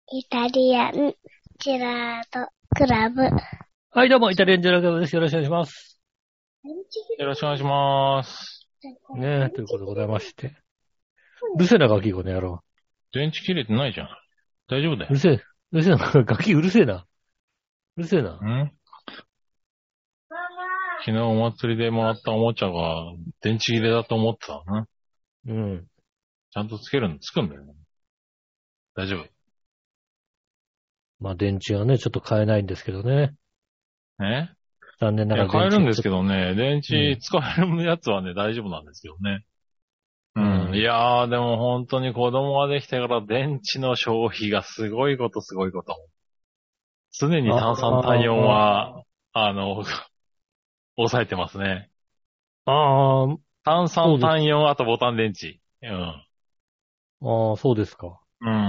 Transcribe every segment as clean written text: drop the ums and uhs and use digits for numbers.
イタリアンジェラートクラブ。 はい、どうも、イタリアンジェラートクラブです。よろしくお願いします。 よろしくお願いします。 ねえ、ということでございまして。うるせえな、ガキ、この野郎。 電池切れてないじゃん。大丈夫だよ。 うるせえ、うるせえな、ガキうるせえな。うるせえな。 昨日お祭りでもらったおもちゃが電池切れだと思ってたのね。 うん。 ちゃんとつくんだよね。大丈夫。 まあ、電池はね、ちょっと買えないんですけどね。 え残念ないがらや、買え電池。 るんですけどね、電池使えるやつはね、大丈夫なんですけどね。いやー、でも本当に子供ができてから電池の消費がすごいこと。常に炭酸単4は、抑えてますね。 ああ、 炭酸単4、あとボタン電池。 ああ、そうですか。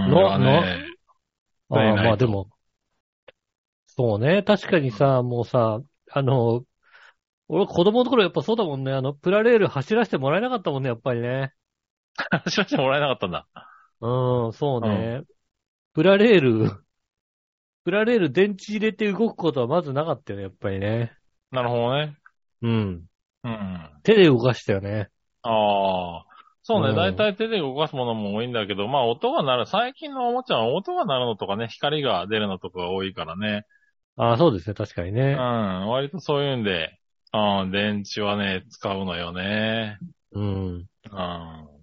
まあでも、そうね。確かにさ、もうさ、俺子供の頃やっぱそうだもんね。プラレール走らせてもらえなかったもんね、やっぱりね。 走らせてもらえなかったんだ。 うん、そうね。プラレール電池入れて動くことはまずなかったよね、やっぱりね。 なるほどね。 うん。 うん。 手で動かしたよね。 ああ。そうね。 うん。 だいたい手で動かすものも多いんだけど、まあ音が鳴る。最近のおもちゃは音が鳴るのとかね、光が出るのとかが多いからね。 ああ、そうですね、確かにうん。 ね。 割とそういうんで、電池はね、使うのよね。 うん。 うん。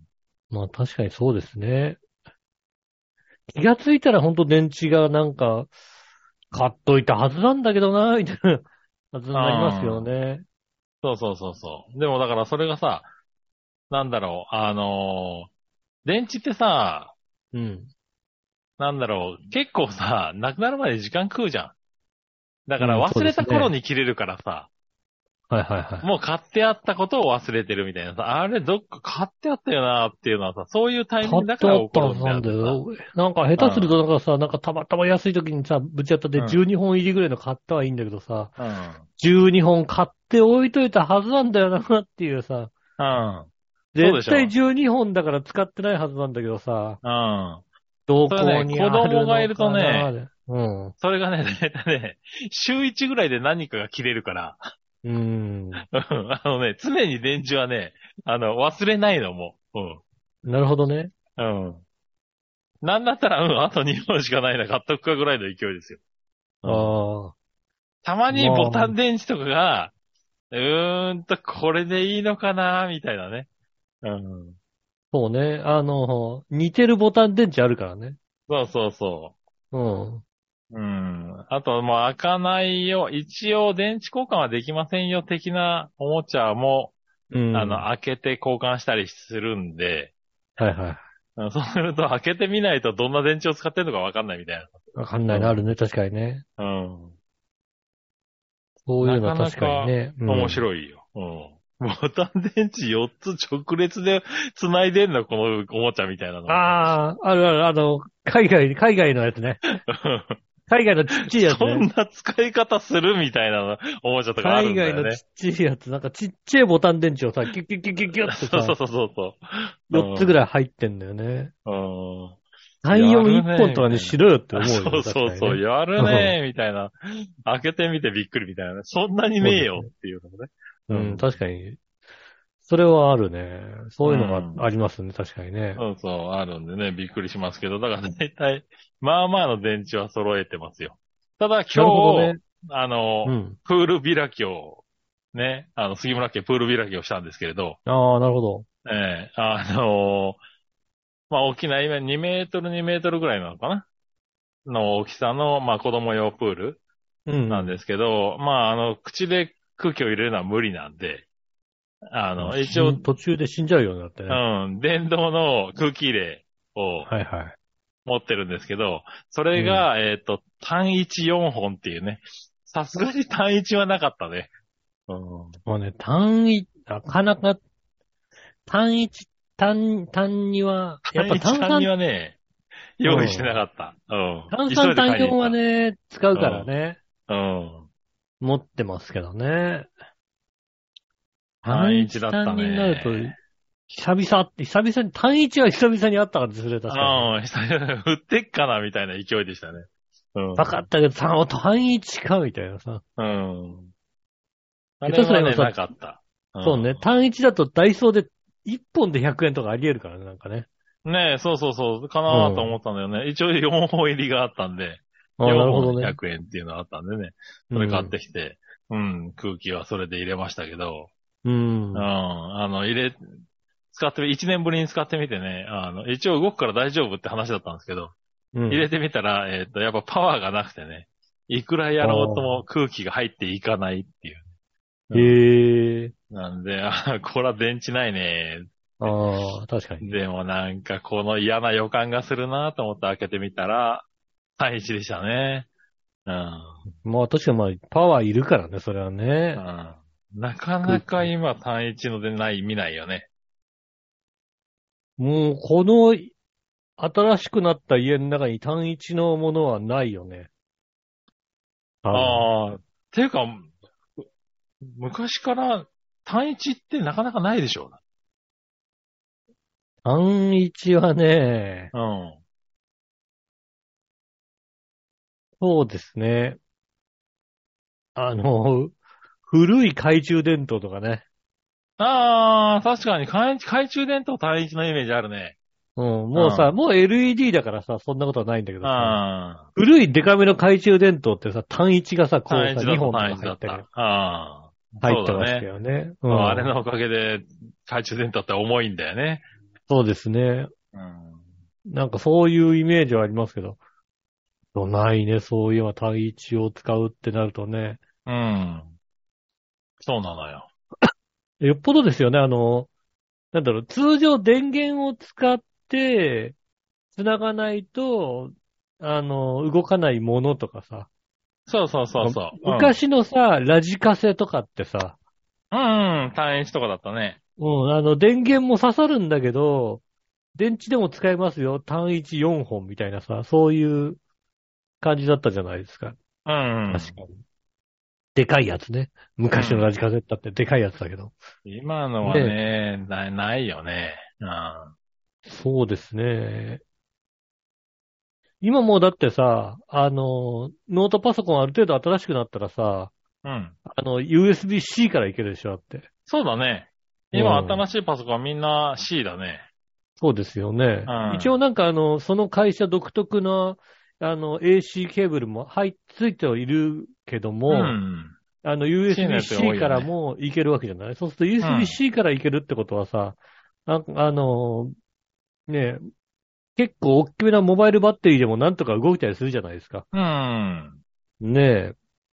まあ確かにそうですね。気がついたらほんと電池がなんか、買っといたはずなんだけどな、みたいなはずになりますよね。 そう。でもだからそれがさ、なんだろう、電池ってさ、 うん。 結構さ、なくなるまで時間食うじゃん。だかうん、そうら忘れた頃ですね。 に切れるからさ、 はいはいはい。 もう買ってあったことを忘れてるみたいなさ、あれどっか買ってあったよなっていうのはさ、そういうタイミン買っグだかてあったら起こるんではずなんだあってさ。 よ。なんか下手するとなんかさ、なんかたまたま安い時にさ、ぶち当たってうん。 12本入りぐらいの買ったはいいんだけどさ、 うん。 12本買って置いといたはずなんだよなっていうさ、 うん。そうで絶対しょ。 12本だから使ってないはずなんだけどさ、 うん。 どそれね、 こに子あるの供がいるとね、 かなで。うん。 それがね、だいたいね、週1ぐらいで何かが切れるから、 うん。 常に電池はね、忘れないのもなるほどね。 うん。うん。なんだったら、あと2本しかないな、買っとくかぐらいの勢いですよ。うん。 ああ。 たまにボタンまあ、 電池とかが、これでいいのかなみたいなね。うん。 そうね。似てるボタン電池あるからね。 そうん。 う。うん。あと、もう開かないよ。一応電池交換はできませんよ、的なおもちゃも、 うん。 開けて交換したりするんで、 はいはい。 そうすると開けてみないとどんな電池を使ってるのかわかんないみたいわかんなな。 いのあるね。確かにね。 うん。うん。 そういうなかのは確かになかね。う面ん。 白いよ。うん。ボタン電池4つ直列で繋いでんの、このおもちゃみたいなの。 ああ、あるある、海外のやつね。海外のちっちゃいやつね。 そんな使い方するみたいなおもちゃとかある海んだよね。 外のちっちゃいやつ、なんかちっちゃいボタン電池をさ、キュッキュッキュッキュッキュッってさ、 そう。 4つぐらい入ってんだよね。 うん。うん。 3、4、 やる 1本とかにねみたいな。 しろよって思うよね、 そう確かにね。 やるうんねみたいな。開けてみてびっくりみたいなね。そんなにねえよそうですね。 っていうのもね。ううん、 ん。 確かに。それはあるね。そうういうのがん。 ありますね、確かにね。 あるんでね、びっくりしますけど、だから大体、まあまあの電池は揃えてますよ。ただなるほど今日、 ね。うん。 プール開きを、ね、杉村家プール開きをしたんですけれど、 ああ、なるほど。 ええまあ大きな、今2メートル2メートルぐらいなのかなの大きさの、まあ子供用プールうん。 なんですけど、まあ口で空気を入れるのは無理なんで、 まあ、 一応、 途中で死んじゃうようになってね。 うん、電動の空気入れをはいはい。 持ってるんですけど、そうん。 れが、単一4本っていうね、さすがに単一はなかったね。うん。 もうね、なかなか単一、単二は、やっぱ単一単二はね、用意してなかった。うん。 炭酸急いで単4は買いに行った。 ね、使ううん。 からね。 うん。 持ってますけどね。単単一一単だった二になると、 ね。 久々に、単一は久々にあった感じする、確かに。 久々に振ってっかなみたいな勢いでしたね。うん。 バカったけど、単一か、みたいなさ。 うん。あ下れはね、 手すら今さなかった。 そうね、単一だとダイソーで1本で100円とかあり得るからね、なんかね。 ねえ、そう、かなと思ったんだよね。一応4本入りがあったんで、 ああ、なるほ 4本でどね。 100円っていうのがあったんでね。それ買ってきて、空気はそれで入れましたけど、 うん。 使って1年ぶりに使ってみてね、一応動くから大丈夫って話だったんですけど、 うん。 入れてみたら、やっぱパワーがなくてね、いくらやろうとも空気が入っていかないっていう。 へえ。 なんで、これは電池ないね。 ああ、確かに。 でもなんかこの嫌な予感がするなと思って開けてみたら、単一でしたね。うん。 まあ確かにまあ、パワーいるからね、それはね。 うん。なかなか今単一ので見ないよね。 もう、この、新しくなった家の中に単一のものはないよね。 ああ、ていうか、昔から単一ってなかなかないでしょ単一はね、 う。うん。 そうですね。古い懐中電灯とかね。 ああ、確かに懐中電灯単一のイメージあるね。 うん、もうさ、 うんもう LED だからさ、そんなことはないんだけどさ、 ああ、 古いデカめの懐中電灯ってさ、単一がさ、こうさ、 単一だ 2本とかった単一だった。 入ってる。 ああ、 入ってましたそうだね。 よね。 あれのおかげで懐中電灯って重いんだよね。 そうですね。 うん。 なんかそういうイメージはありますけど。ないね、そういえば単一を使うってなるとね。 うん。そうなのよ。 よっぽどですよね、なんだろう、通常電源を使って繋がないと、動かないものとかさ。 そう。 昔のさ、ラジカセとかってさ、 うん。うん、単一とかだったね。 電源も刺さるんだけど、電池でも使えますよ。単一4本みたいなさ、そういう感じだったじゃないですか。 うん。 確かに。でかいやつね。昔のラジカセだってでかいやつだけど。 今のはね、 ね、ないよね。うん。 そうですね。今もうだってさ、ノートパソコンある程度新しくなったらさ、 うん。 USB-C からいけるでしょ、だって。 そうだね。今うん。 新しいパソコンはみんな C だね。 そうですよね。 うん。 一応なんかその会社独特の、AC ケーブルもついてはいるけどうも、 ん。C のやつが USB-C から多いよね。 もいけるわけじゃない？そうするとうん。 USB-C からいけるってことはさ、ね、結構大きめなモバイルバッテリーでもなんとか動いたりするじゃないですか。 うん。 ねえ。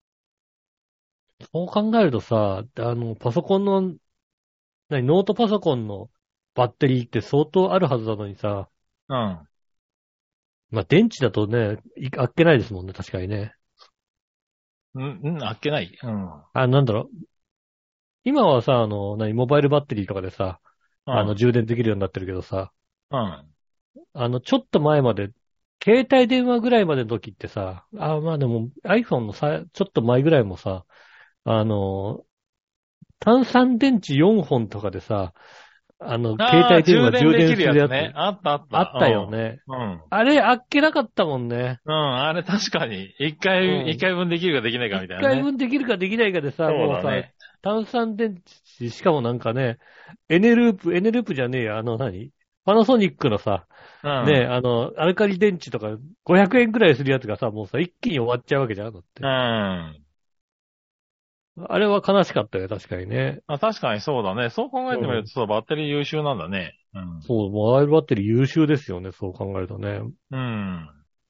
そう考えるとさ、パソコンの、ノートパソコンのバッテリーって相当あるはずなのにさ、 うん。 まあ、電池だとね、あっけないですもんね、確かにね。 あっけない。うん。 なんだろう。今はさ、モバイルバッテリーとかでさ、 うん。 充電できるようになってるけどさ、 うん。 ちょっと前まで、携帯電話ぐらいまでの時ってさ、まあでも iPhone のちょっと前ぐらいもさ、あの、単3電池4本とかでさ、携ああ、 帯電充話充電電できるするやつ、 やつね。あったあった。 あったよね。 うん。うん。 あれ、あっけなかったもんね。 うん。あれ確かに、一うん。 回分できるかできないかみ一たいなね。 回分できるかできないかでさ、もうさ、 そうだね。 単3電池、しかもなんかね、エネループじゃねえや、パナソニックのさ、 うん。 ね、アルカリ電池とか500円くらいするやつがさ、もうさ、一気に終わっちゃうわけじゃん、だっうて。 ん。 あれは悲しかったよ、確かにね。 確かにそうだね。そう考えてみうん。 ると、そう、バッテリー優秀なんだね。うん。 そう、モバイルバッテリー優秀ですよね、そう考えるとね。 うん。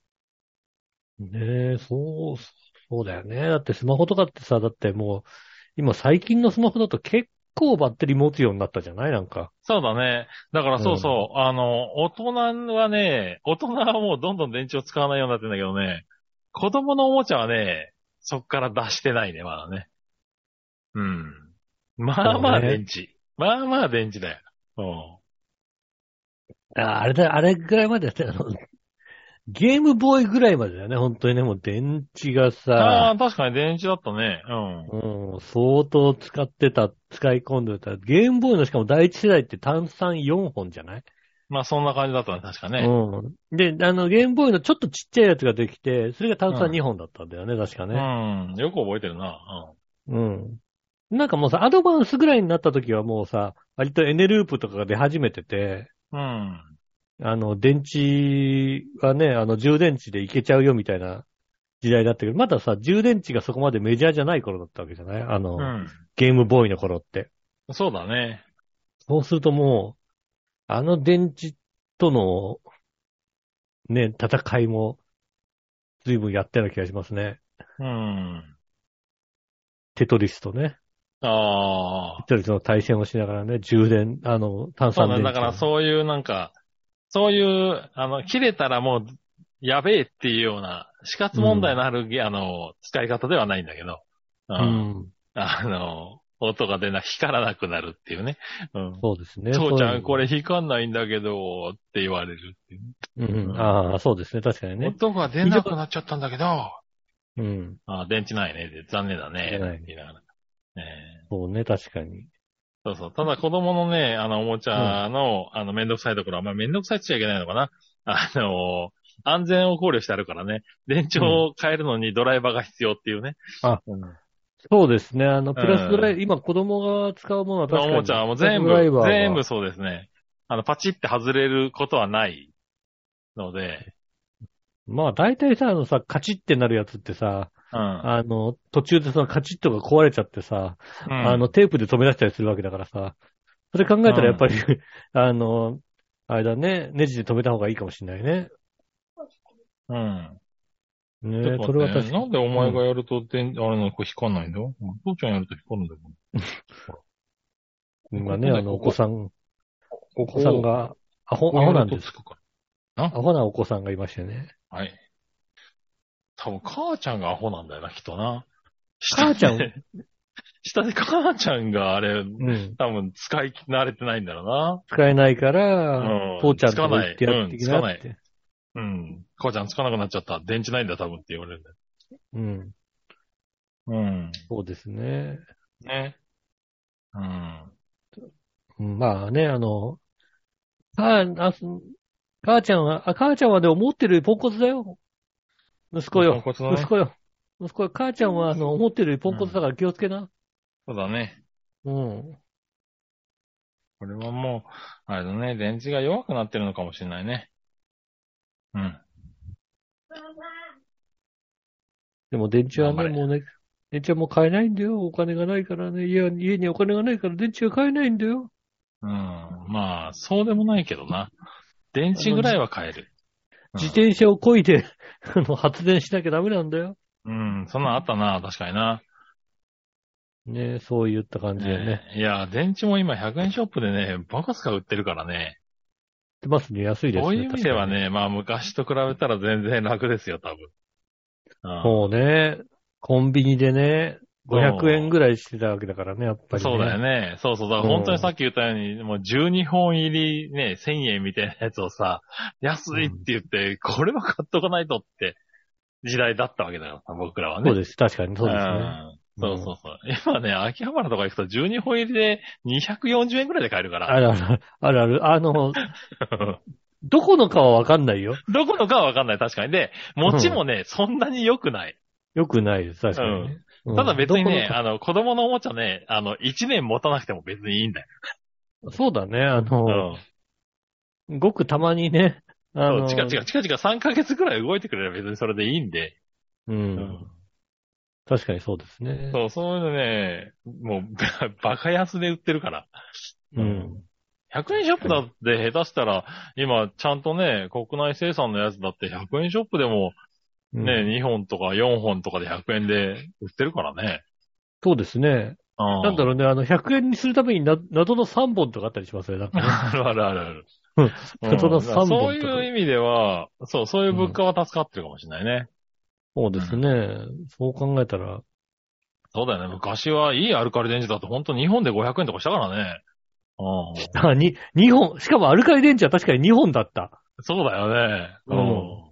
ねえ、そうだよね。だってスマホとかってさ、だってもう、今最近のスマホだと結構バッテリー持つようになったじゃないなんか。 そうだね。だからうん。 そうそう。大人はね、大人はもうどんどん電池を使わないようになってんだけどね、子供のおもちゃはね、そっから出してないね、まだね。うん。まあまあ電そうね。 池。まあまあ電池だよ。 あれだ、あれぐらいまでやって、 ゲームボーイぐらいまでだよね、本当にね、もう電池があさ、 あ、確かに電池だったね。 相当使い込んでた。ゲームボーイのしかも第一世代って単3 4本じゃない？ まあそんな感じだったね、確かね。 で、ゲームボーイのちょっとちっちゃいやつができて、それが単3 2本だったんだよね、確かね。 よく覚えてるな。 なんかもうさ、アドバンスぐらいになった時はもうさ、割とエネループとかが出始めてて、電池はね、充電池でいけちゃうよみたいな時代だったけど、まださ、充電池がそこまでメジャーじゃない頃だったわけじゃない？ゲームボーイの頃って。 そうだね。 そうするともう、電池との、ね、戦いも、随分やったような気がしますね。テトリスとね。 ああ。 テトリスの対戦をしながらね、充電、炭酸電池。 だからそういうなんか、そういう、切れたらもう、やべえっていうような、死活問題のある、使い方ではないんだけど、音が光らなくなるっていうね。 そうですね。 父ちゃんこれ光んないんだけど、って言われるっていうね。 ああ、そうですね。確かにね。 音が出なくなっちゃったんだけど、電池ないね。残念だね。言いながら。 そうね、確かに。 そうそう。ただ子供のね、おもちゃの、めんどくさいところは、まあめんどくさいって言っちゃいけないのかな。安全を考慮してあるからね。電池を変えるのにドライバーが必要っていうね。 そうですね。プラスドライバー、今子供が使うものは確かに。 おもちゃはもう全部そうですね。パチって外れることはないので。 まあ大体さ、カチってなるやつってさ、途中でそのカチッとが壊れちゃってさ、テープで止め出したりするわけだからさ、それ考えたらやっぱり、あれだね、ネジで止めた方がいいかもしれないね。ねえ、それは確かに。 なんでお前がやると、あれの子光んないんだよ。父ちゃんやると光るんだよ。 今ね、お子さんが、アホなんです。アホなお子さんがいましてね。 はい。多分母ちゃんがアホなんだよな、きっとな。 母ちゃん下で母ちゃんがあれ、多分使い慣れてないんだろうな。 使えないから、父ちゃんと言ってやってきなって。 使わない。母ちゃんつかなくなっちゃった。電池ないんだ、多分って言われるんだよ。 そうですね。 ね。 まあね、母ちゃんはでも持ってるよりポンコツだよ。息子よ。母ちゃんは思ってるよりポンコツだから気をつけな。 そうだね。これはもう、あれだね、電池が弱くなってるのかもしれないね。 でも電池はね、もうね、電池はもう買えないんだよ。お金がないからね。家にお金がないから電池が買えないんだよ。 まあ、そうでもないけどな。電池ぐらいは買える。 自転車を漕いで、発電しなきゃダメなんだよ。 そんなあったな、確かにな。 ね、そういった感じでね。 いや、電池も今100円ショップでね、バカスカ売ってるからね。 売ってますね、安いですね。 そういう意味ではね、まあ昔と比べたら全然楽ですよ、多分。 そうね、コンビニでね、500円ぐらいしてたわけだからね、やっぱり、ね。 そうだよね。そうそう。だから本当にさっき言ったように、もう12本入りね、1000円みたいなやつをさ、安いって言って、これは買っとかないとって時代だったわけだよ、僕らはね。 そうです。確かにそうですね。 そうそうそう。今ね、秋葉原とか行くと12本入りで240円ぐらいで買えるから。 ある。どこのかはわかんないよ。 どこのかはわかんない、確かに。で、持ちもね、そんなに良くない。 良くないです、確かにね。 ただ別にね、子供のおもちゃね、1年持たなくても別にいいんだよ。 そうだね、ごくたまにね、 チカチカ3ヶ月くらい動いてくれれば別にそれでいいんで。 確かにそうですね。 そういうのね、もう、バカ安で売ってるから。100円ショップだって下手したら、今ちゃんとね、国内生産のやつだって100円ショップでも、ね、2本とか4本とかで100円で売ってるからね。 そうですね。なんだろうね、100円にするために謎の3本とかあったりしますよね。 ある。 謎の3本とか。 そういう意味では、そういう物価は助かってるかもしれないね。 そうですね。そう考えたら。 そうだよね。昔はいいアルカリ電池だと本当2本で500円とかしたからね。 2本。しかもアルカリ電池は確かに2本だった。 そうだよね。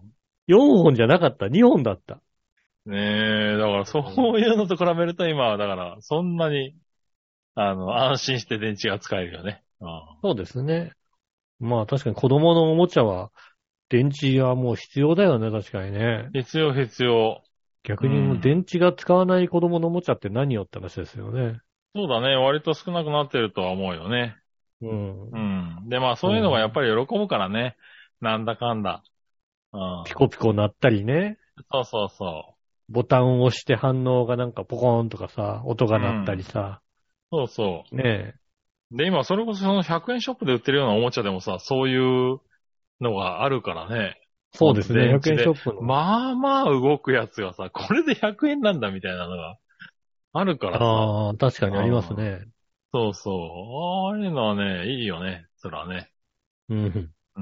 4本じゃなかった。2本だった。 ねえ、だからそういうのと比べると今は、だから、そんなに、安心して電池が使えるよね。うん。 そうですね。まあ確かに子供のおもちゃは、電池はもう必要だよね、確かにね。 必要、必要。う逆にもう電ん。 池が使わない子供のおもちゃって何よって話ですよね。 そうだね。割と少なくなってるとは思うよね。 ううん。 ん。で、まあそういうのがやっぱり喜ぶからね。なんだかんだ。うん。 ピコピコ鳴ったりね。 そうそうそボタンを押して反応がなんかポコーンとかさ、音う。うが鳴ったりん。 さ。 そうそねえ。 う。で、今それこそその100円ショップで売ってるようなおもちゃでもさ、そういうのがあるからね。ほんとそうですね。100円シ電池で。 ョップの。 まあまあ動くやつがさ、これで100円なんだみたいなのがあるからさ。 ああ、確かにありますうん。 ね。 そうそう。ああいうのはね、いいよね。そらね。 うん。 うん。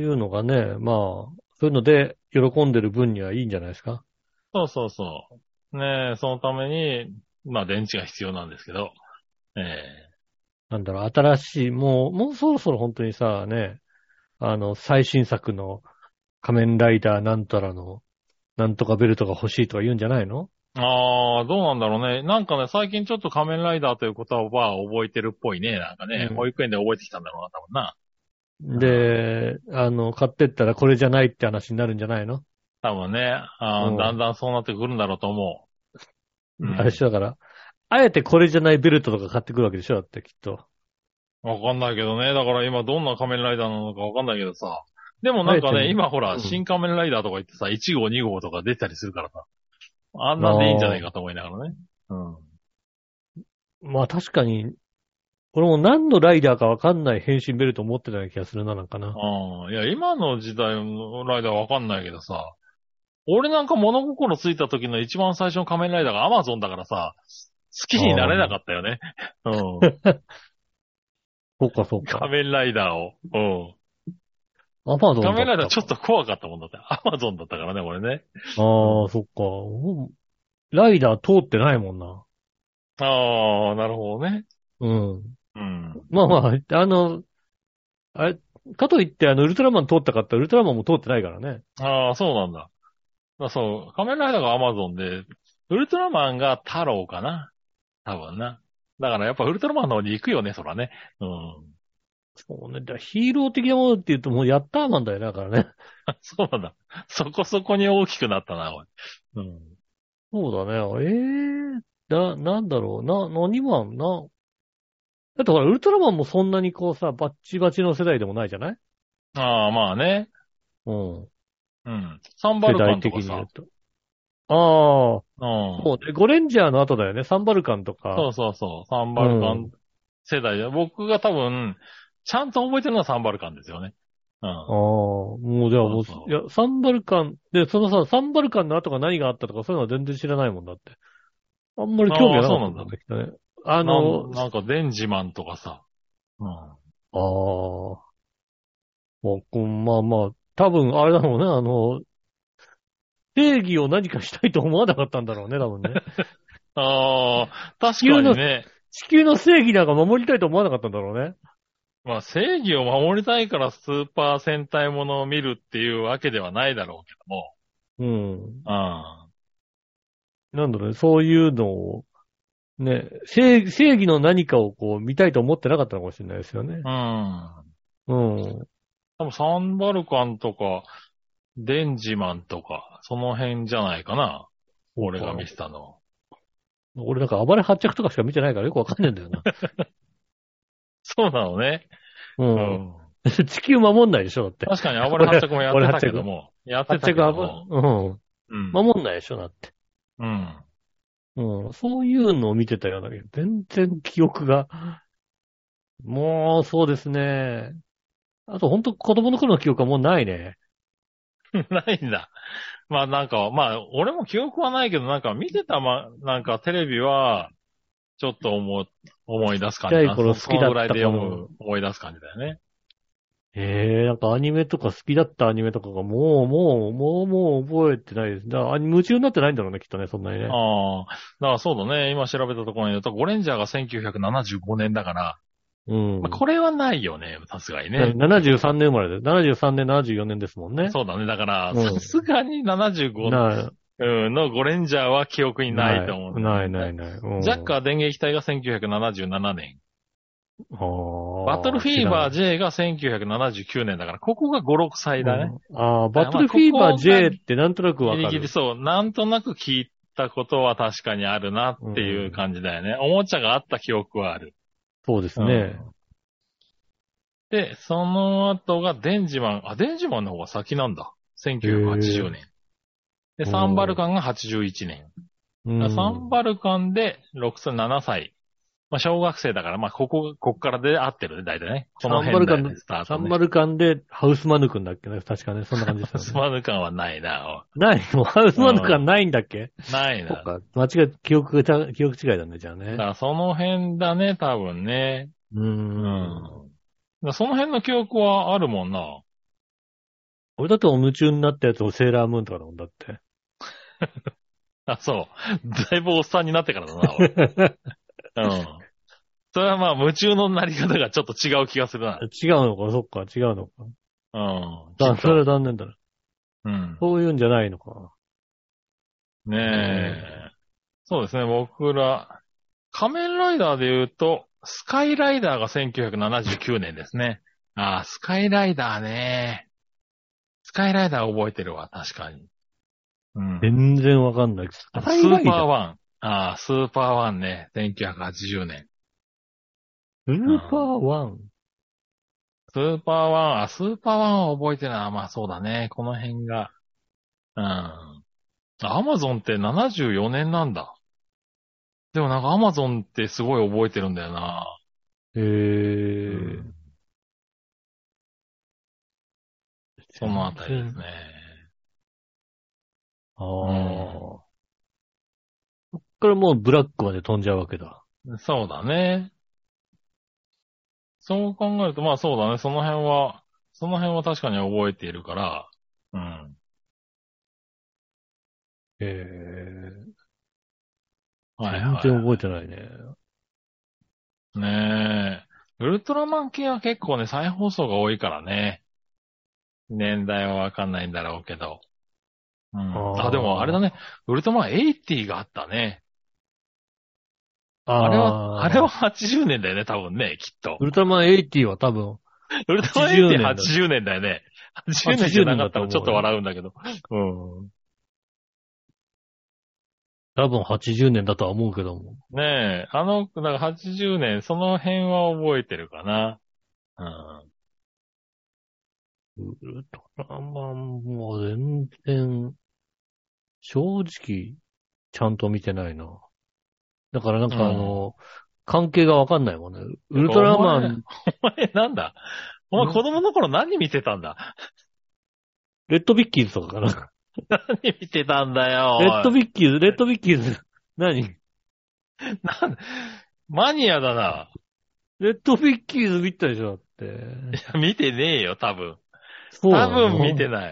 そういうのがね、まあ、そういうので喜んでる分にはいいんじゃないですか。 そうそうそう。ねえ、そのために、まあ電池が必要なんですけど。ええ。 なんだろう、新しい、もうそろそろ本当にさ、ね、最新作の仮面ライダーなんたらの、なんとかベルトが欲しいとか言うんじゃないの？ ああ、どうなんだろうね。なんかね、最近ちょっと仮面ライダーという言葉は覚えてるっぽいね。なんかね、保うん。 育園で覚えてきたんだろうな、多分な。うん。 で、買ってったらこれじゃないって話になるんじゃないの？ 多分ね、だんうだんそうなってくるんだろうと思う。うん。あれしん。 だから、あえてこれじゃないベルトとか買ってくるわけでしょだってきっと。 わかんないけどね。だから今どんな仮面ライダーなのかわかんないけどさ。でもなんかね、 あえてね。 今ほら、 うん。 新仮面ライダーとか言ってさ、1号2号とか出たりするからさ。あんあなんでいいんじゃないかあ。 と思いながらね。うん。 まあ確かに、これも何のライダーかわかんない変身ベルト持ってたような気がするな、なんかな。 ああ、いや、今の時代のライダーわかんないけどさ、俺なんか物心ついた時の一番最初の仮面ライダーがアマゾンだからさ、好きになれなかっあたよね。うん。 あ。そっかそっか。 仮面ライダーを。うん。 アマゾン仮面ライダーだったか。 ちょっと怖かったもんだって。アマゾンだったからね、俺ね。うああ、 ん。 そっか。ライダー通ってないもんな。 ああ、なるほどね。 うん。 うん。 まあまあ、あれ、かといってウルトラマン通ったかってウルトラマンも通ってないからね。 ああ、そうなんだ。そう、仮面ライダーがアマゾンで、ウルトラマンが太郎かな。多分な。だからやっぱウルトラマンの方に行くよね、そらね。うん。 そうね。ヒーロー的なものって言うともうヤッターマンだよね、だからね。 そうなんだ。そこそこに大きくなったな、おい。うん。 そうだね。なんだろう。何マンな。だってほら、ウルトラマンもそんなにこうさ、バッチバチの世代でもないじゃない？ ああ、まあね。 うん。 うん。サンバルカ世代ンとかさ。 的に言うと。ああ、 うん。 そうね。ゴレンジャーの後だよね。サンバルカンとか。 そうそうそう。サンうバルカンん。 世代で。僕が多分、ちゃんと覚えてるのはサンバルカンですよね。うん。 ああ、もうじゃあそうもう、いや、 そサンバルカン、で、そのさ、サンバルカンの後が何があったとかそういうのは全然知らないもんだって。あんまりう。 興味ああ、 がなかったんだ、 そうなんだ。 きっとね。あの、 なんかデンジマンとかさ。うん。 ああ、まあまあ、多分あれだろうね、正義を何かしたいと思わなかったんだろうね、多分ね。 ああ、確地球の、 かにね。 地球の正義なんか守りたいと思わなかったんだろうね。 まあ正義を守りたいからスーパー戦隊ものを見るっていうわけではないだろうけども。 うん。 うん。 なんだろうね、そういうのを、ね、正義の何かをこう見たいと思ってなかったのかもしれないですよね。 うん。 うん。 多分サンバルカンとか、デンジマンとか、その辺じゃないかな。 そうか。 俺が見てたの。 俺なんか暴れ発着とかしか見てないからよくわかんねえんだよな。 そうなのね。 ううん。 ん。 地球守んないでしょ、だって。 確かに暴れ発着もやってた俺発着。 けども。やってた発着けども。 うん。 うん。 守んないでしょ、だって。 うん。 うん。そういうのを見てたようだけど、全然記憶が、もう、そうですね。あと、ほんと子供の頃の記憶はもうないね。 ないんだ。まあなんか、まあ、俺も記憶はないけど、なんか見てたなんかテレビは、ちょっと思い出すちっちゃい感じだな。そ頃好きだっのぐらいでたかも。 思い出す感じだよね。 なんかアニメとか好きだったアニメとかがもう覚えてないです。だから夢中になってないんだろうね、きっとね、そんなにね。 ああ。だからそうだね。今調べたところによると、ゴレンジャーが1975年だから、 うん。 まあ、これはないよね、さすがにね。 73年生まれで、73年、74年ですもんね。 そうだね。だから、 うんさすがに75 なのゴレンジャーは記憶にないと思うんだよね。 ない。うん、 ジャッカー電撃隊が1977年。ババトルフィーバー J が1979年だから、ここが5、6歳だね。 バトルフィーバー J ってなんとなくわかる。 ギリギリそう。なんとなく聞いたことは確かにあるなっていう感じだよね。おもちゃがあった記憶はある。 そうですね。 で、その後がデンジマン。デンジマンの方が先なんだ。1980年。で、サンバルカンが81年。サンバルカンで6歳、7歳。まあ、小学生だから、まあ、こっからで合ってるね、大体ね。この辺だよね、スタートサね。 ンバルカンでハウスマヌクンだっけね、確かね、そんな感じですよね。 ハウスマヌカンはないな。 ないのハウスマヌカンないんだっけないな。 そっか、間違い、記憶違いだね、じゃあね。 だからその辺だね、多分ね。その辺の記憶はあるもんな。 俺だって夢中になったやつをセーラームーンとかだもんだって。 そう。だいぶおっさんになってからだな、俺。それはまあ、夢中のなり方がちょっと違う気がするな。 違うのか、そっか、違うのか。それは残念だな。そういうんじゃないのか。 ねえ。そうですね、僕ら、仮面ライダーで言うと、スカイライダーが1979年ですね。スカイライダーね。スカイライダー覚えてるわ、確かに。 全然わかんない。スーパーワン。スーパーワンね。1980年。 スーパーワンスーパーワン、スーパーワンは覚えてるな。まあそうだね。この辺が。アマゾンって74年なんだ。でもなんかアマゾンってすごい覚えてるんだよな。そのあたりですね。 そっからもうブラックまで飛んじゃうわけだ。 そうだね。そう考えると、まあそうだね。その辺は確かに覚えているから、 全然覚えてないね。 ねえ。ウルトラマン系は結構ね、再放送が多いからね。年代はわかんないんだろうけど。でもあれだね。ウルトラマン80があったね。あれは80年だよね、多分ね、きっと。 ウルトラマン80は多分。 ウルトラマン80年だよね。80年じゃなかったらちょっと笑うんだけど。 多分80年だとは思うけども。 ねえ、だから80年、その辺は覚えてるかな。 ウルトラマンも全然、正直、ちゃんと見てないな。だからなんか関係がわかんないもんね。ウルトラマン。 お前なんだお前子供の頃何見てたんだレッドビッキーズとかかな。 何見てたんだよ。 レッドビッキーズ。何マニアだな。 レッドビッキーズ見たでしょ、だって。 いや、見てねえよ、多分。 多分見てない。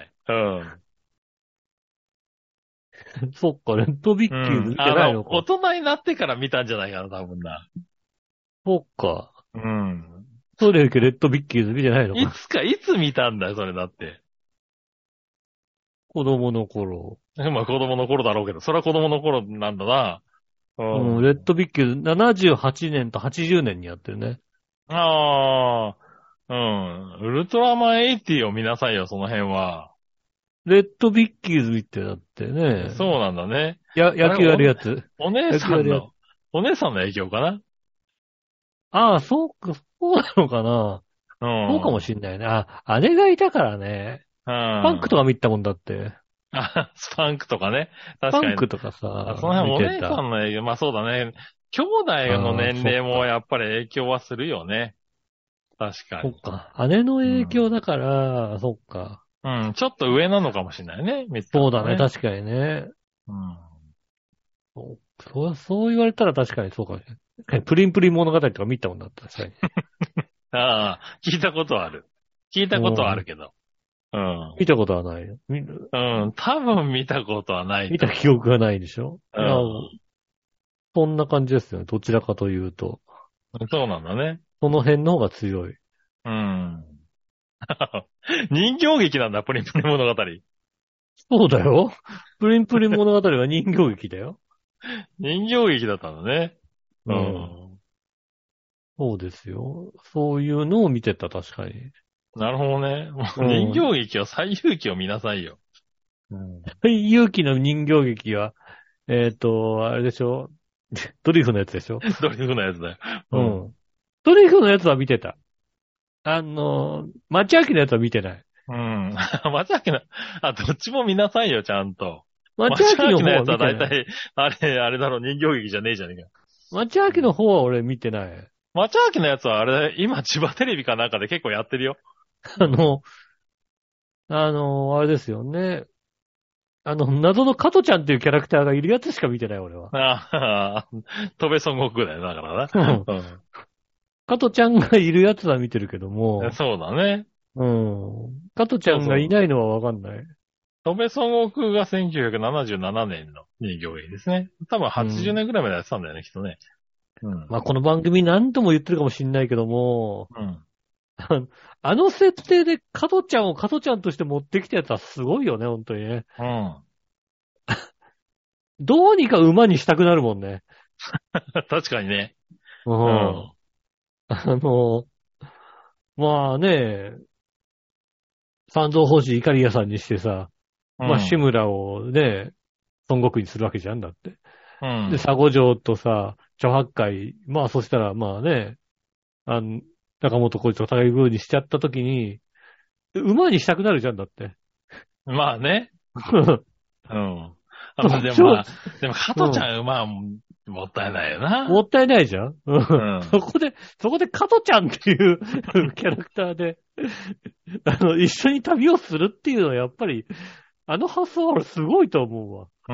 そっか、レッドビッキーズ見てないのか。 大人になってから見たんじゃないかな、多分な。 そっか。それよりレッドビッキーズ見てないのか。 いつ見たんだよ、それだって。 子供の頃。 まあ子供の頃だろうけど、それは子供の頃なんだな。 レッドビッキーズ78年と80年にやってるね。 ウルトラマン80を見なさいよ、その辺は。 レッドビッキーズ見てだってね。 そうなんだね。 野球やるやつ。 お姉さんの影響かな。そうか、そうなのかな。そうかもしんないね。姉がいたからね。パンクとか見たもんだって。 スパンクとかね。確かに。 パンクとかさ。 その辺お姉さんの影響、まあそうだね。兄弟の年齢もやっぱり影響はするよね。確かに。 そっか。姉の影響だから、そっか。 ちょっと上なのかもしれないね。 そうだね、確かにね。そう言われたら確かにそうかもしれない。プリンプリン物語とか見たもんだった、確かに。 聞いたことはある。聞いたことはあるけど。 見たことはないよ。 多分見たことはない。 見た記憶がないでしょ。そんな感じですよね。どちらかというと。 そうなんだね。 その辺の方が強い。 うん。人形劇なんだ、プリンプリン物語。 そうだよ。プリンプリン物語は人形劇だよ。 人形劇だったのね。 うん。そうですよ。そういうのを見てた、確かに。 なるほどね。もううん人形劇は最勇気を見なさいよ。 勇気の人形劇は、あれでしょドリフのやつでしょドリフのやつだよ。 うん。ドリフのやつは見てた。町明のやつは見てない。 うん。町明の、どっちも見なさいよ、ちゃんと。 町明の方のやつはは見てない。 大体、あれだろ、人形劇じゃねえじゃねえか。 町明の方は俺見てない。 町明のやつはあれ、今千葉テレビかなんかで結構やってるよ。 あれですよね。謎の加トちゃんっていうキャラクターがいるやつしか見てない、俺は。 戸辺孫悟空だよ、だからうんな。 加トちゃんがいるやつは見てるけどうん。 も、 そうだね。 うん。加トちゃんがいないのはわかんない。 戸辺孫悟空が1977年の人形劇ですね。多分80年くらいまでやってたんだよね、きっとね。うん。 まあ、この番組何度も言ってるかもしんないけども、 うん。 あの設定で加トちゃんを加トちゃんとして持ってきたやつはすごいよね、本当にね。 うん。 どうにか馬にしたくなるもんね。 確かにね。 う。 うんん。 まあね、三蔵法師イカリアさんにしてさ、まあ、志村をね、孫悟空にするわけじゃんだって。 うん。 で、佐護城とさ、猪八戒、まあそしたらまあね、中本浩一と高木ブーにしちゃった時に、馬にしたくなるじゃんだって。 まあね。うん。でも、加トちゃん馬はもったいないよな。 もったいないじゃん、 んそこで加トちゃんっていうキャラクターで、一緒に旅をするっていうのはやっぱり、あの発想はすごいと思うわ。 うん。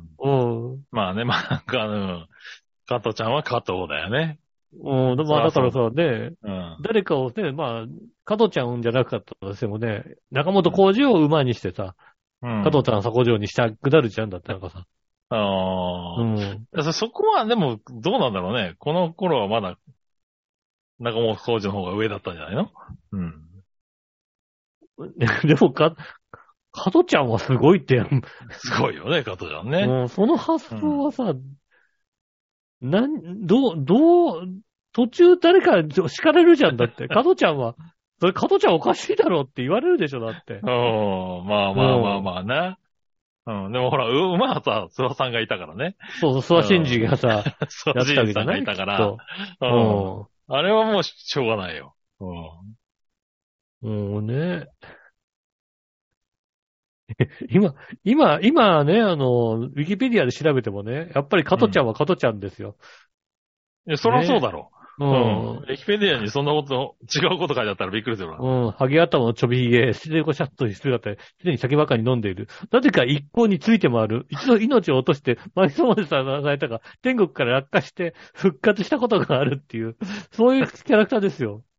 うん。 まあね、まあ、加トちゃんは加藤だよね。 うん。まあだからさ、ね、 うん。 誰かをね、まあ、加トちゃんじゃなかったとしてもね、中本浩二を馬にしてさ、 うん。 加藤ちゃん佐古城にしたくなるじゃんだって、なんかさ。 あうん。 あ。そこは、でも、どうなんだろうね。この頃はまだ、中本浩二の方が上だったんじゃないの？うん。 でも加トちゃんはすごいって、 すごいよね、加藤ちゃんね。 うん、その発想はさ、途中誰か叱れるじゃんだって。加トちゃんは、それ加トちゃんおかしいだろって言われるでしょ、だって。 うん。まあまあまあまあね。うん。でもほら、馬はさ、諏訪さんがいたからね。 そうそう、諏訪真二がさ、やったそう、 わじいさんがけじゃないいたから。 きっとあれはもうしょうがないよ。 もうね。今ね、ウィキペディアで調べてもね、やっぱり加トちゃんは加トちゃんですよ。 そりゃそうだろう。 うん。 ウィキペディアにそんなこと、違うこと書いてあったらびっくりするわ。 うん。ハゲ頭のちょびひげ、ステレコシャツと姿で、常に酒ばかり飲んでいる。なぜか一向について回る。一度命を落として、埋葬までされたが、天国から落下して復活したことがあるっていう、そういうキャラクターですよ。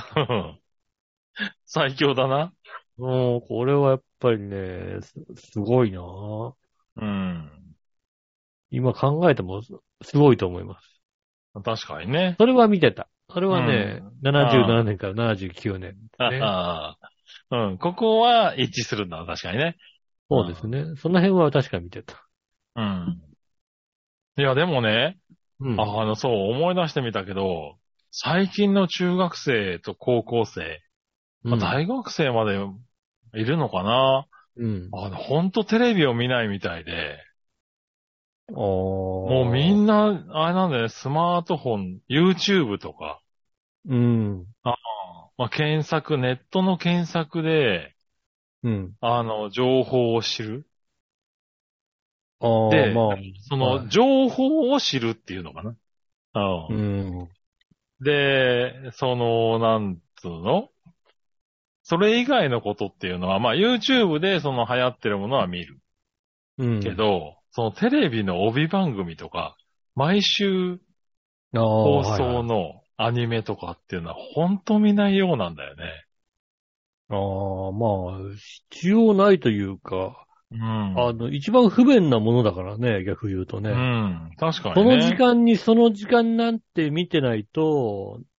最強だな。 もう、これはやっぱりね、すごいなぁ。 うん。 今考えてもすごいと思います。 確かにね。 それは見てた。それはね、77年から79年、ね。 うん。ここは一致するんだ、確かにね。 そうですね。その辺は確か見てた。 うん。いや、でもね、 うん。 そう思い出してみたけど、最近の中学生と高校生、大学生までいるのかな？ うん。 ほんとテレビを見ないみたいで、もうみんな、 な、あれなんだよね、スマートフォン、YouTube とか、 うん。 ネットの検索で、 うん。 情報を知る。 ああ、 で、 まあ。 その、情報を知るっていうのかな。 うん。 で、なんつうの？それ以外のことっていうのは、YouTube でその流行ってるものは見る。 うん。 けど、そのテレビの帯番組とか、毎週放送のアニメとかっていうのは本当見ないようなんだよね。 ああ、まあ、必要ないというか、 うん。 一番不便なものだからね、逆言うとね。 うん。確かにそのね。 時間なんて見てないと、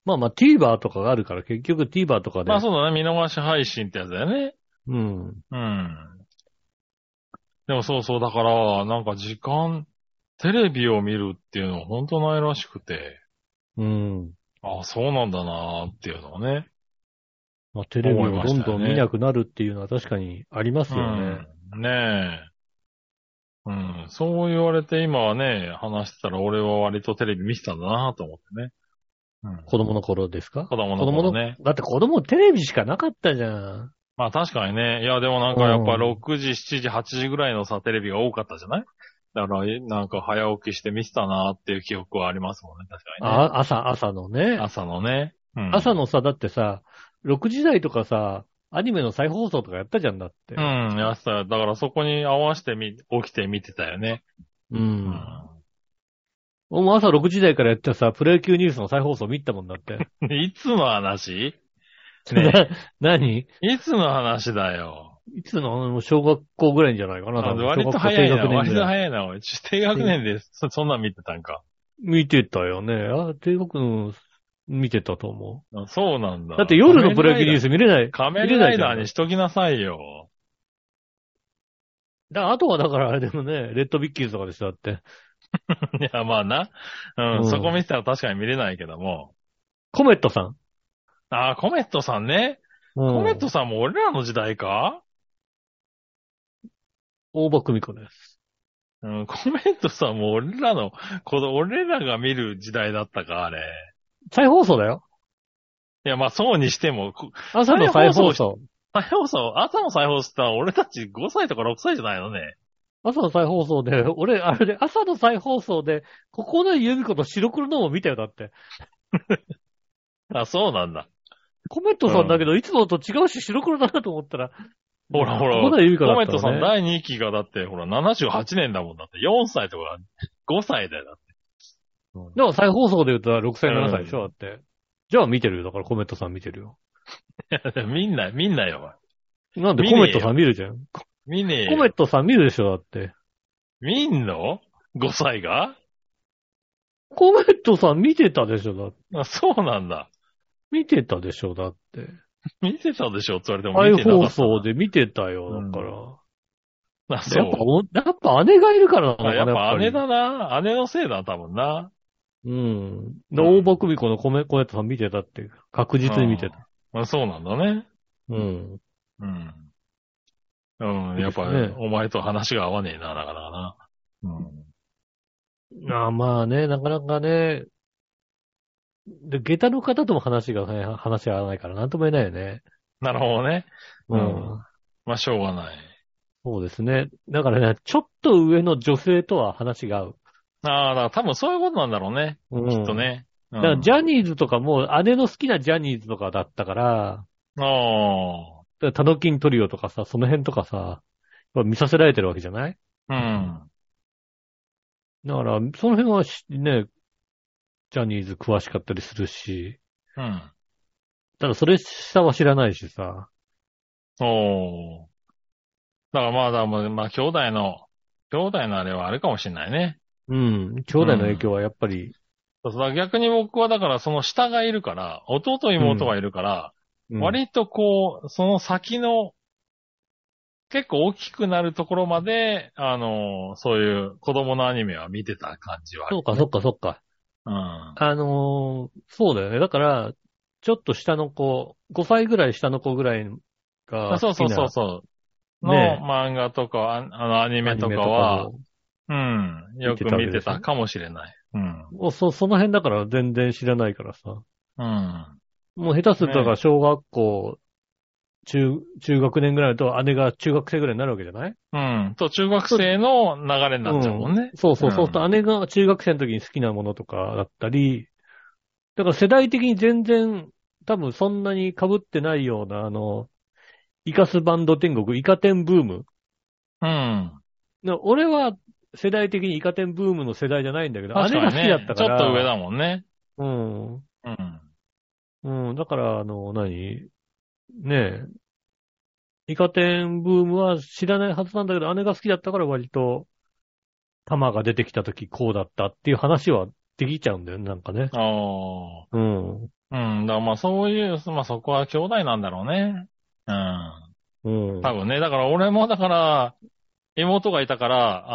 まあまあ TVer とかがあるから結局 TVer とかで。 まあそうだね。見逃し配信ってやつだよね。 うん。 うん。でもそうそう。だから、なんかテレビを見るっていうのは本当ないらしくて。 うん。 ああ、そうなんだなーっていうのをね。 まあテレビ思いましをどんどん見たよね。 なくなるっていうのは確かにありますうよね。 ん。ねえ。うん。そう言われて今はね、話してたら俺は割とテレビ見てたんだなと思ってね。うん。 子供の頃ですか？ 子供の頃ね。 だって子供テレビしかなかったじゃん。 まあ確かにね。いやでもなんかやっぱ6時、7時、8時ぐらいのさ、テレビが多かったじゃない？だから、なんか早起きして見てたなっていう記憶はありますもんね。確かにね。 朝のね。 朝のね。うん。 朝のさ、だってさ、6時台とかさ、アニメの再放送とかやったじゃんだって。 うん、朝、だからそこに合わせて起きて見てたよね。 ううん。もう朝6時台からやってさ、プロ野球ニュースの再放送見たもんだって。 ん。いつの話ね何え。いつの話だよ。 いつの小学校ぐらいんじゃないかな、多分。 割と早いな。割と小学校低学年ぐらい。 早いな。おい低学年でそんなん見てたんか。 見てたよね。低学年見てたと思あ、そうなんだ。 う。だって夜のプロ野球ニュース見れない。 仮面見れないじゃん。 ライダーにしときなさいよ。 あとはだからあれでもね、レッドビッキーズとかでしょ、だって。 いや、まあな。うん、そこ見てたら確かに見れないけども。 コメットさん。 ああ、コメットさんね。コメットさんも俺らの時代か？ 大場久美子です。 うん、コメントさんも俺らが見る時代だったか、あれ。 再放送だよ。 いや、まあそうにしても、 朝の再放送。 朝の再放送って俺たち5歳とか6歳じゃないのね。 朝の再放送で、俺、あれで、朝の再放送で、ここの由美子と白黒のも見たよ、だって。 あ、そうなんだ。 コメットさんだけど、いつもと違うし白黒だなと思ったら、 ほらほら、 ここの由美子だったコメントさんね。 第2期がだって、ほら、78年だもんだって。4歳とか5歳だよ、だって。 でも再放送で言うと6歳、7歳でしょ、だって。じゃあ見てるよ。だからコメットさん見てるよ。 みんなよ。 なんでコメットさん見るじゃん。 見ねえよ。 コメットさん見るでしょ、だって。 見んの？ 5 歳が？ コメットさん見てたでしょ、だって。 あ、そうなんだ。 見てたでしょ、だって。 見てたでしょって言われても再見てなかった。 放送で見てたよ、だから。 あ、そう。 やっぱ姉がいるからなのかな、 やっぱ姉やっぱり。 だな。姉のせいだ、多分な。 うん。大場久美子のコメットさん見てたって、確実に見てた。 あ、そうなんだね。 うん。 うん。うん、やっぱ、 ね、 お前と話が合わねえな、だからな。 まあね、なかなかね、で、下駄の方とも話がね、話合わないからなんとも言えないよね。 なるほどね。 うん。 まあ、しょうがない。 そうですね。だからね、ちょっと上の女性とは話が合う。 ああ、だから多分そういうことなんだろうね。 うん。 きっとね。 だからジャニーズとかも、姉の好きなジャニーズとかだったから、 あタノキントリオとかさ、その辺とかさ、見させられてるわけじゃない？ あ、 だから、その辺はね、ジャニーズ詳しかったりするし、 うん。 ただそれ下は知らないしさ。 おー。だからまあ、兄弟のあれはあるかもしれないね。 うん。兄弟の影響はやっぱり、 そうそう、だから逆に僕はだからその下がいるから、弟妹がいるから、 うん、 割とこう、その先の結構大きくなるところまで、そういう子供のアニメは見てた感じはある、 そうか、そっか、そっか。 うん。 そうだよね。だから、ちょっと下の子、5歳ぐらい下の子ぐらいがそうそう好きな、 そうそう。のね、 漫画とか、アニメとかは、うん。よく見てたかもしれない。うん。 もうその辺だから全然知らないからさ。 うん。 もう下手するとだから小学校、中学年ぐらいだと姉が中学生ぐらいになるわけじゃない？ うん。中学生の流れになっちゃうもんね。 そうそう、そうすると姉が中学生の時に好きなものとかだったり、だから世代的に全然多分そんなに被ってないようなイカスバンド天国、イカ天ブーム。 うん。 俺は世代的にイカ天ブームの世代じゃないんだけど、姉が好きだったから。 ちょっと上だもんね。 うん。うん。だから、ねえ、イカ天ブームは知らないはずなんだけど、姉が好きだったから割と、玉が出てきた時こうだったっていう話はできちゃうんだよね、なんかね。 ああ。 うん。 うん。だからまあそういう、まあそこは兄弟なんだろうね。うん。 うん。 多分ね。だから俺もだから、妹がいたから、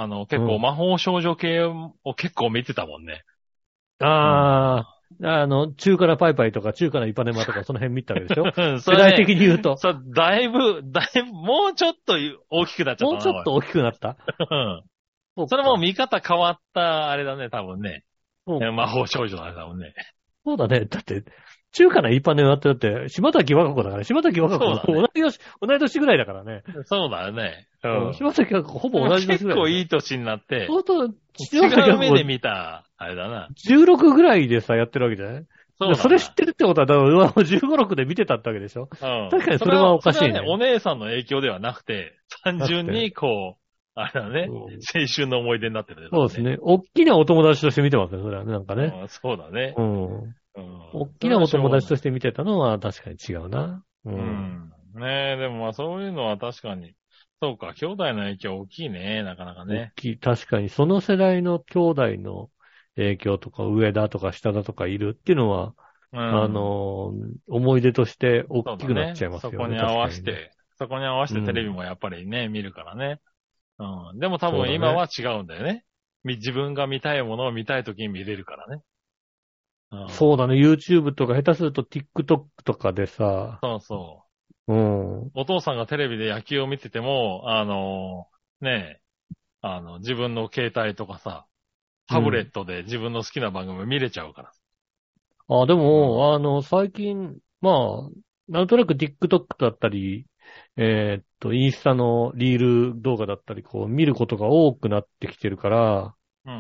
結構魔法少女系を結構見てたもんね。 ああ、中華なパイパイとか中華なイパネマとかその辺見たわけでしょそれね世代的に言うと。 だいぶ、もうちょっと大きくなっちゃったな。 もうちょっと大きくなったうん。それも見方変わった、あれだね、多分ね。 そう魔法少女だね、多分ね。 そうだね。だって、中華なイパネマってだって、島崎和歌子だから、島崎和歌子とそうだね同い年ぐらいだからね。 そうだよね。 島崎和歌子ほぼ同じ年ぐらい。 結構いい年になって、 相当、 違う目で見た、あれだな。 16ぐらいでさ、やってるわけじゃないそうだなそれ知ってるってことは、だから15、6で見てたってわけでしょ確かにそれはおかしいね。 それはね、お姉さんの影響ではなくて、単純にこう、あれだね、青春の思い出になってるね。 そうですね。大きなお友達として見てますね、それはね、なんかね。 そうだね。 大きなお友達として見てたのは確かに違うな。 ねえ、でもまあそういうのは確かに。そうか、兄弟の影響大きいね、なかなかね。 大きい。確かに、その世代の兄弟の影響とか、上だとか下だとかいるっていうのは、思い出として大きくなっちゃいますよね。 そこに合わせて、テレビもやっぱりね、見るからね。でも多分今は違うんだよね。自分が見たいものを見たい時に見れるからね。 そうだね。YouTube とか下手すると TikTok とかでさ。 そうそう。 お父さんがテレビで野球を見てても、ねえ、自分の携帯とかさ、タブレットで自分の好きな番組見れちゃうから。 でも、最近、まあ、なんとなく TikTok だったり、インスタのリール動画だったり、こう、見ることが多くなってきてるから、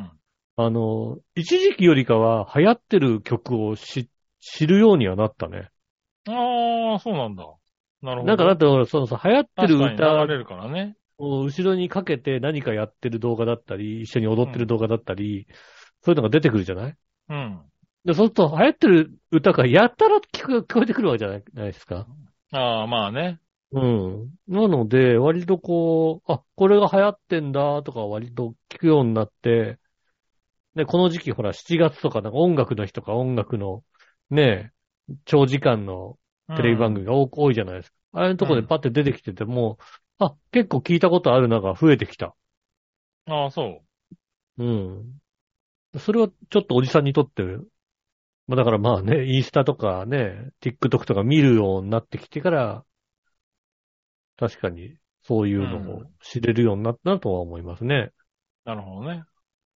一時期よりかは流行ってる曲を知るようにはなったね。 ああ、そうなんだ。なるほど。 なんかだって、そう流行ってる歌、 流れるからね。 後ろにかけて何かやってる動画だったり、一緒に踊ってる動画だったり、そういうのが出てくるじゃないで、そうすると流行ってる歌がやったら聞こえてくるわけじゃないですか。 ああ、まあね。 なので、割とこう、これが流行ってんだとか割と聞くようになって、で、この時期ほら7月とかなんか音楽の日とか音楽のね、長時間のテレビ番組が多いじゃないですか。ああいうとこでパッて出てきてても、結構聞いたことあるのが増えてきた。 ああ、そう。 それはちょっとおじさんにとって、だからまあね、インスタとかね、TikTok とか見るようになってきてから、確かにそういうのを知れるようになったなとは思いますね。 なるほどね。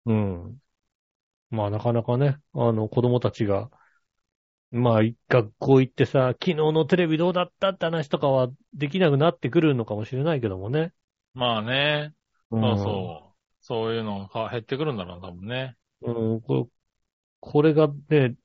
まあなかなかね、子供たちが、まあ学校行ってさ、昨日のテレビどうだったって話とかはできなくなってくるのかもしれないけどもね。 まあね。そうそう。そういうのが減ってくるんだろう、多分ね。 これがね、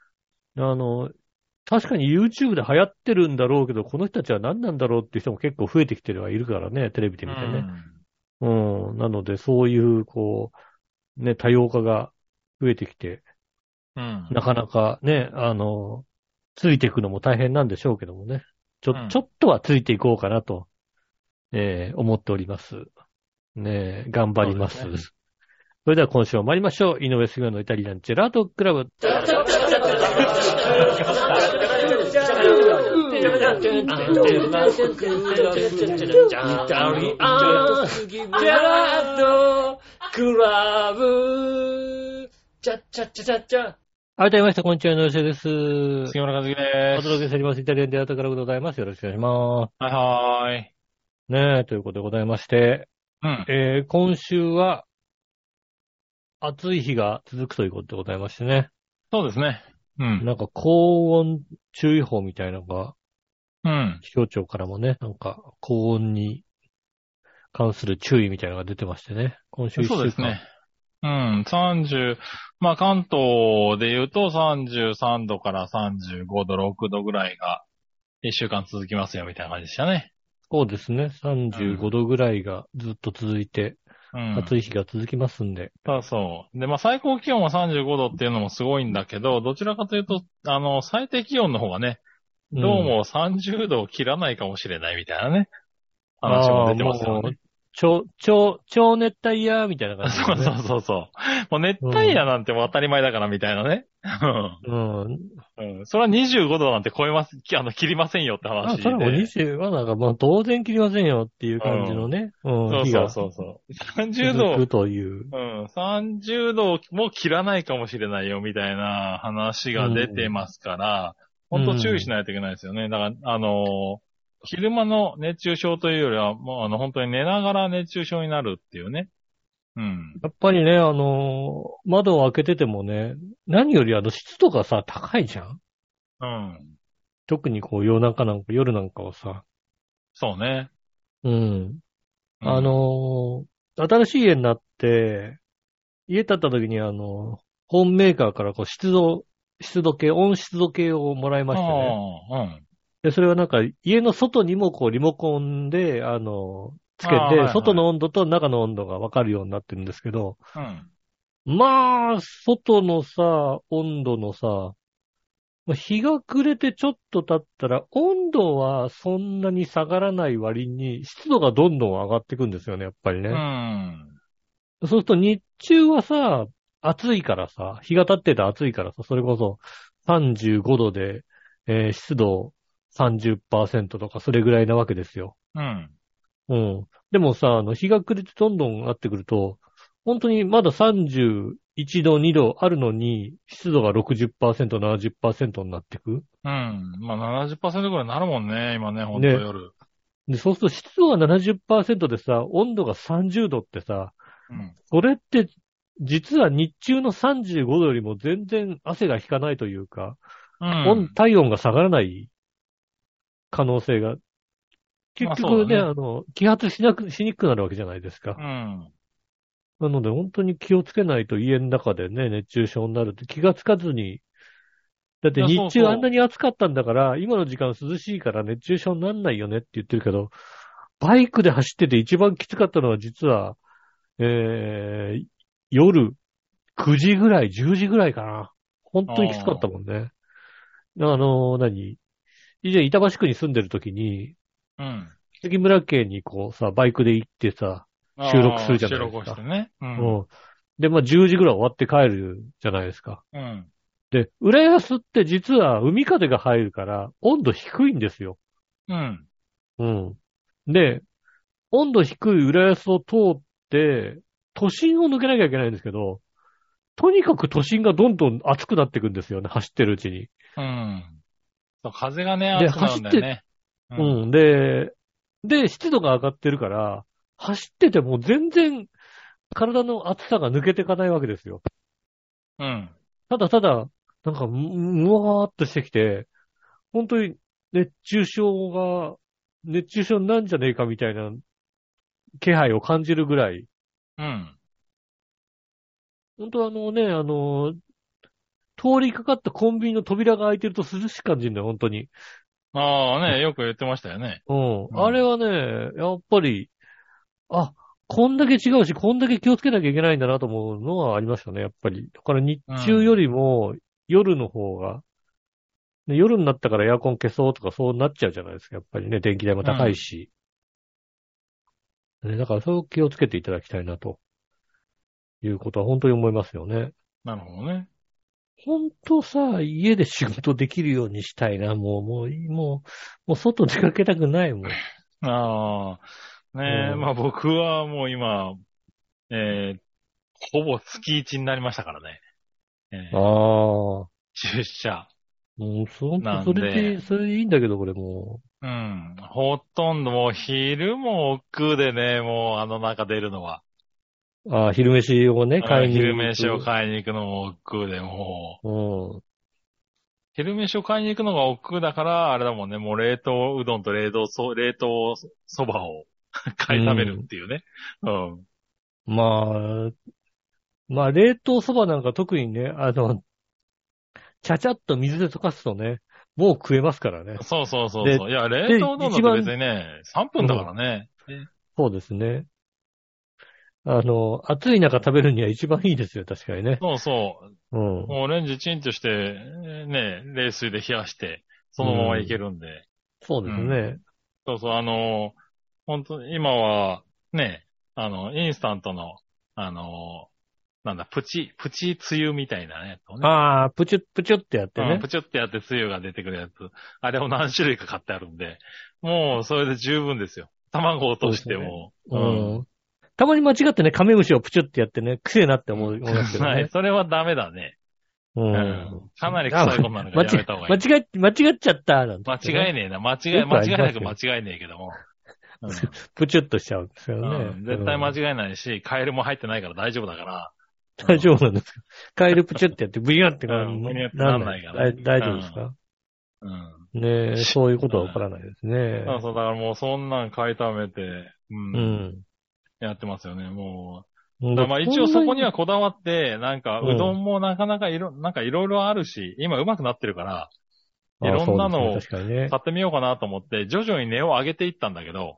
確かに YouTube で流行ってるんだろうけど、この人たちは何なんだろうっていう人も結構増えてきてはいるからね、テレビで見てね。なので、そういう、こう、ね、多様化が増えてきて、なかなかね、ついていくのも大変なんでしょうけどもね。ちょっとはついていこうかなと、思っております。ね、頑張ります。それでは今週も参りましょう。井上杉村のイタリアンジェラートクラブ。改めまして、こんにちは、井上杉です。 杉村和樹です。 お届けしております。イタリアンジェラートクラブでございます。よろしくお願いします。 はい。 ねえ、ということでございまして、今週は、暑い日が続くということでございましてね。 そうですね。 なんか高温注意報みたいなのが、気象庁からもね、なんか高温に関する注意みたいなのが出てましてね。今週1週間。 そうですね。まあ関東で言うと33度から35度、6度ぐらいが1週間続きますよみたいな感じでしたね。 そうですね。35度ぐらいがずっと続いて、暑い日が続きますんで。 そう。で、まあ最高気温は35度っていうのもすごいんだけど、どちらかというと、最低気温の方がね、どうも30度を切らないかもしれないみたいなね、話も出てますよね。 超熱帯夜みたいな感じそうでね。 そうそう。もう熱帯夜なんてもう当たり前だからみたいなね。 うん。 うん。それは25度なんて超えます、切りませんよって話それはもうで。 20はなんかもう当然切りませんよっていうう感じのん。 ね、 そうそう日がそうそう。30度、 続くという。 うん、30度も切らないかもしれないよみたいな話が出てますから、 う本当注意しん。 ないといけないですよね。だから、昼間の熱中症というよりは、もう本当に寝ながら熱中症になるっていうね。うん。 やっぱりね、窓を開けててもね、何より湿度がさ、高いじゃん。 うん。 特にこう夜なんかはさ、 そうね。 うん。 うん。 新しい家になって、家建った時にホームメーカーからこう湿度計、温湿度計をもらいまあしてね。 あ、うん。 で、それはなんか家の外にもこうリモコンで、つああ、 けて、 はいはい。 外の温度と中の温度がわかるようになってるんですけど、 うん。 まあ、外のさ、温度のさ、日が暮れてちょっと経ったら、温度はそんなに下がらない割に、湿度がどんどん上がっていくんですよね、やっぱりうね。 ん。 そうすると日中はさ、暑いからさ、日が経ってて暑いからさ、それこそ35度で、湿度30%とかそれぐらいなわけですよ。 うん。 うん。でもさ、日が暮れてどんどんなってくると、本当にまだ31度、2度あるのに、湿度が60%、70%になってく。 うん。まあ70%ぐらいになるもんね、今ね、ほんとね。 夜。 で、そうすると湿度が70%でさ、温度が30度ってさ、 うん。 それって、実は日中の35度よりも全然汗が引かないというか、 うん。 体温が下がらない可能性が、 まあ結局ね、 そうだね。 揮発しにくくなるわけじゃないですか。 うん。 なので、本当に気をつけないと家の中でね、熱中症になるって気がつかずに、だっていや、 日中あんなそうそに暑かったんだから、今の時間涼しいから熱中症になんないよねって言ってるけど、バイクで走ってて一番きつかったのは実は、夜9時ぐらい、10時ぐらいかな。本う。 当にきつかったもんね。何以前板橋区に住んでる時に、 うん。 関村家にこうさ、バイクで行ってさ、収録すああ、 るじゃ収録をしてないですか。 ね。ううん。 ん。で、まあ10時ぐらい終わって帰るじゃないですか。 うん。 で、浦安って実は海風が入るから温度低いんですよ。 うん。 うん。で、温度低い浦安を通って、都心を抜けなきゃいけないんですけど、とにかく都心がどんどん暑くなっていくんですよね、走ってるうちに。 うん。そう、風がね、 で、 熱くなるんだよね。うん。 うん。で、湿度が上がってるから、走ってても全然体の暑さが抜けていかないわけですよ。 うん。 ただただ、なんか、むわーっとしてきて、本当に熱中症なんじゃねえかみたいな気配を感じるぐらい、 うん。 本当通りかかったコンビニの扉が開いてると涼しく感じるんだよ、本当に。 ああね、よく言ってましたよね。 うん。 うん。 あれはね、やっぱり、あ、こんだけ違うし、こんだけ気をつけなきゃいけないんだなと思うのはありましたね、やっぱり。だから日うん。 中よりも夜の方が、ね夜になったからエアコン消そうとかそうなっちゃうじゃないですか、やっぱりね、電気代もうん。 高いし。ね、だからそう気をつけていただきたいなということは本当に思いますよね。 なるほどね。 本当さ、家で仕事できるようにしたいな、もう外出かけたくないもああ、 ん。 ねえ、まあうん。 僕はもう今、えー、ほぼ月一になりましたからね。 ああ、 出社もう本当なんで、 それでいいんだけど、これもうん。ほとんどもう昼も億劫でね、もうあの中出るのは。 う。ああ、昼飯をね、 うん、 買い昼に行く。 飯を買いに行くのも億劫で、もう、 うん。 昼飯を買いに行くのが億劫だから、あれだもんね、もう冷凍うどんと冷凍そばをう買い食べるっん。 ていうね。うん。 まあ、冷凍そばなんか特にね、ちゃちゃっと水で溶かすとね、もう食えますからね。 そうそうそうで、 そう。いや、冷凍うどんだって別一番、 にね、3分だかうん、 らね。 そうですね。暑い中食べるには一番いいですよ、確かにね。 そうそうう。 ん。 もうレンジチンとして、ね、冷水で冷やして、そうのままいけん。 るんで。 そううん。 ですね。 そうそう、本当に今は、 ね、インスタントの、なんだ、プチつゆみたいなね、とね。 ああ、プチュップチュってやってね。 プチュってやってつゆが出てくるやつ。あれを何種類か買ってあるんで、もうそれで十分ですよ。卵を落としても。 うん。たまに間違ってね、カメムシをプチュってやってね、臭えなって思いますけどはい、 ね。 それはダメだね。 うん。 かなり臭いことなのからやめた方がいい。 間違っちゃったなんて間言ってね。 違いねえな。間違いなく間違いねえけども。 プチュッとしちゃうんですよね。 絶対間違いないし、カエルも入ってないから大丈夫だから。 大丈夫なんですか？カエルプチュってやってブニャってブニャってなんないからね。 大丈夫ですか？ねえ、そういうことは起こらないですね。 そう、だからもうそんなん買いためて、やってますよね、もう。まあ一応そこにはこだわって、なんかうどんもなかなかいろいろあるし、今上手くなってるから、いろんなのを買ってみようかなと思って、徐々に値を上げていったんだけど、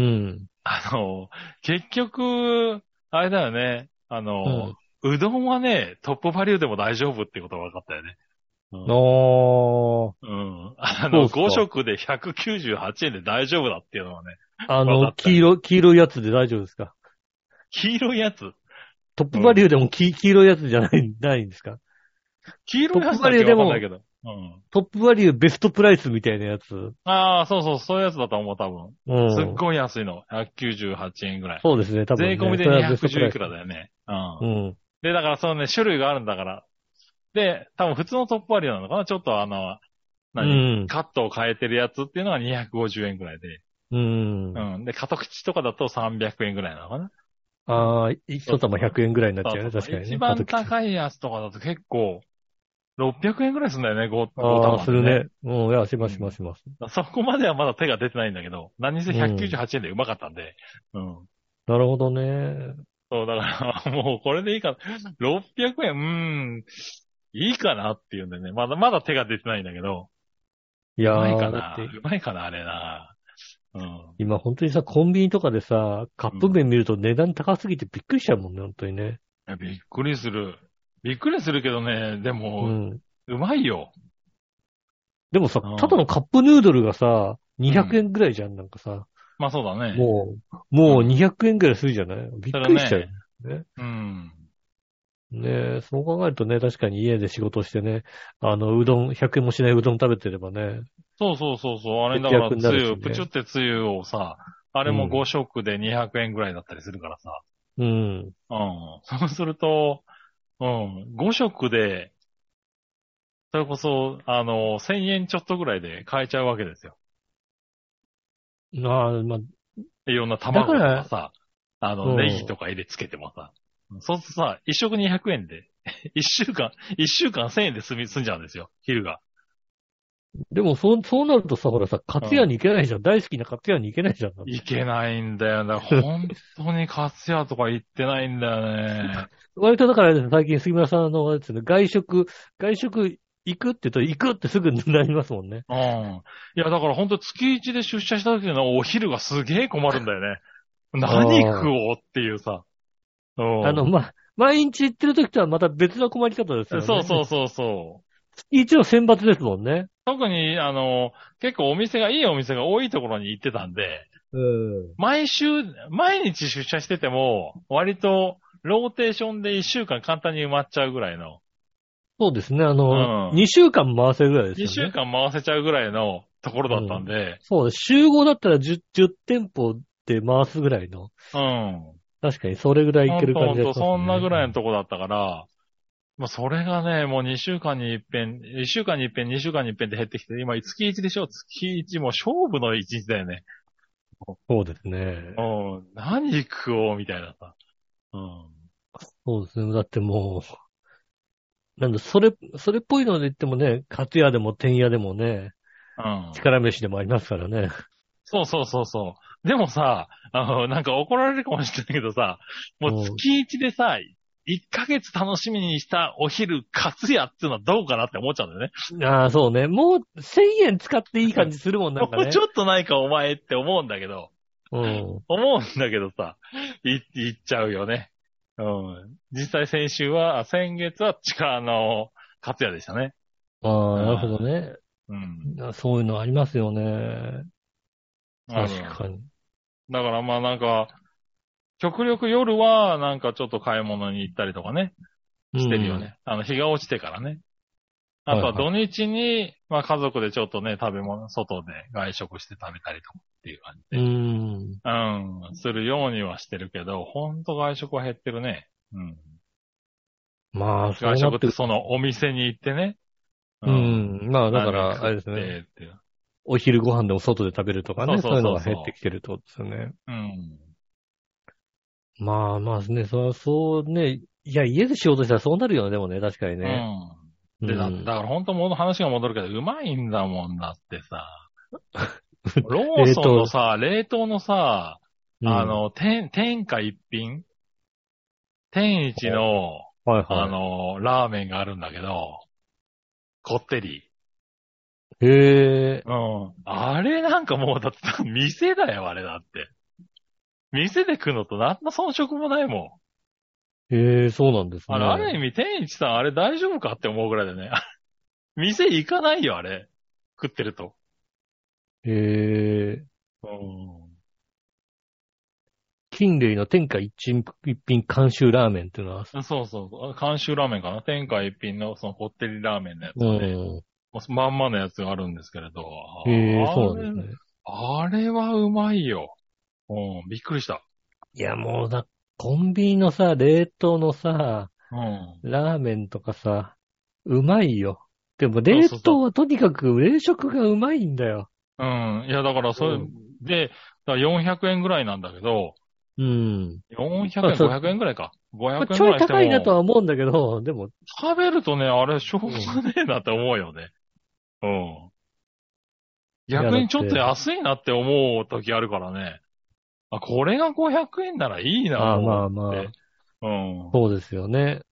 結局、あれだよね、うどんはね、トップバリューでも大丈夫ってことが分かったよね。5食で198円で大丈夫だっていうのはね。 黄色いやつで大丈夫ですか？ 黄色いやつトップバリューでも黄色いやつじゃないんですか？ 黄色いやつだけわかんないけど。 トップバリューベストプライスみたいなやつ。 ああ、そういうやつだと思う、多分。すっごい安いの。198円ぐらい。 そうですね、多分、ね。 税込みで210いくらだよね。で、だからそのね、種類があるんだから。で、多分普通のトップバリューなのかな？ちょっとカットを変えてるやつっていうのが250円ぐらいで。で、片口とかだと300円ぐらいなのかな？ ああ、一玉100円ぐらいになっちゃうね、確かにね。 一番高いやつとかだと結構、600円ぐらいするんだよね、5玉、ね。 するね。いや、します。 そこまではまだ手が出てないんだけど、何せ198円でうまかったんで。 なるほどね。 そう、だから、もうこれでいいか。600円、いいかなっていうんでね、まだ手が出てないんだけど。 いやー、 うまいかな、あれな。 今本当にさ、コンビニとかでさ、カップ麺見ると値段高すぎてびっくりしちゃうもんね、本当にね。 びっくりするけどね、でも、うまいよ。 でもさ、ただのカップヌードルがさ、200円ぐらいじゃん、なんかさ。 まあそうだね。 もう200円ぐらいするじゃない？びっくりしちゃう。ね。ねえ、そう考えるとね、確かに家で仕事してね、うどん、100円もしないうどん食べてればね。 そう。あれだからプチュってつゆをさ、あれも5食で200円ぐらいだったりするからさ。そうすると、5食で、それこそ、1000円ちょっとぐらいで買えちゃうわけですよ。いろんな卵とかさ、ネギとか入れつけてもさ。そうするとさ、1食200円で、1週間1000円で済んじゃうんですよ、昼が。 でも、そうなるとさ、ほらさ、カツ屋に行けないじゃん。大好きなカツ屋に行けないじゃん。 行けないんだよね。本当にカツ屋とか行ってないんだよね。 割とだからね、最近杉村さんのですね、外食行くって言うと行くってすぐになりますもんね。 いや、だから本当月1で出社した時のお昼がすげえ困るんだよね。何食おうっていうさ。 毎日行ってる時とはまた別の困り方ですよね。 そう。 一応選抜ですもんね。 特に、結構いいお店が多いところに行ってたんで、毎日出社してても、割と、ローテーションで1週間簡単に埋まっちゃうぐらいの。 そうですね、2週間回せるぐらいですよね。 2週間回せちゃうぐらいのところだったんで。 そうです。集合だったら10店舗で回すぐらいの。確かにそれぐらいいける感じですね。 そんなぐらいのとこだったから、それがね、もう2週間に一遍、1週間に一遍、2週間に一遍で減ってきて、今月1でしょ？月1もう勝負の1日だよね。 そうですね。 何食おうみたいなさ。 そうですね。だってもう、それっぽいので言ってもね、カツ屋でも天屋でもね、力飯でもありますからね。 そう。でもさ、なんか怒られるかもしれないけどさ、もう月1でさ、1ヶ月楽しみにしたお昼、カツ屋っていうのはどうかなって思っちゃうんだよね。 ああ、そうね。もう1000円使っていい感じするもんなんかね。 もうちょっとないかお前って思うんだけど。思うんだけどさ、行っちゃうよね。実際先月はカツ屋でしたね。 ああ、なるほどね。そういうのありますよね。確かに。 だからなんか、 極力夜はなんかちょっと買い物に行ったりとかね、してるよね。日が落ちてからね。あとは土日に、まあ家族でちょっとね、食べ物、外で外食して食べたりとかっていう感じで。するようにはしてるけど、ほんと外食は減ってるね。 まあ、そう外なって食ってそのお店に行ってね。 まあ、だから、あれです何食ね。 ってっていうお昼ご飯でも外で食べるとかね、そういうのが減ってきてるってことですよね。まあまあね、そうね、いや、家で仕事したらそうなるよね、でもね、確かにね。 で、だから本当もう話が戻るけど、うまいんだもんだってさ。ローソンのさ、冷凍のさ、天下一品天一の、ラーメンがあるんだけど、こってり。 へえ。 あれなんかもう、だって店だよ、あれだって。店で食うのと何の遜色もないもん。へえ、そうなんですね。 ある意味、天一さん、あれ大丈夫かって思うぐらいだね。店行かないよ、あれ。食ってると。 へえ。金類の天下一品監修ラーメンっていうのは。 そうそう。監修ラーメンかな。天下一品のそのこってりラーメンのやつがね。まんまのやつがあるんですけれど。 へえ、そうなんですね。 あれはうまいよ。びっくりした。 いや、もうコンビニのさ、冷凍のさ、ラーメンとかさ、うまいよ。でも冷凍はとにかく冷食がうまいんだよ。 いや、だからそれ、で、だから400円ぐらいなんだけど、400円、500円ぐらいか。500円ぐらいしても。 ちょい高いなとは思うんだけど、でも。 食べるとね、あれ、しょうがねえなって思うよね。逆にちょっと安いなって思う時あるからね。これが500円ならいいなと思って。 まあ。そうですよね。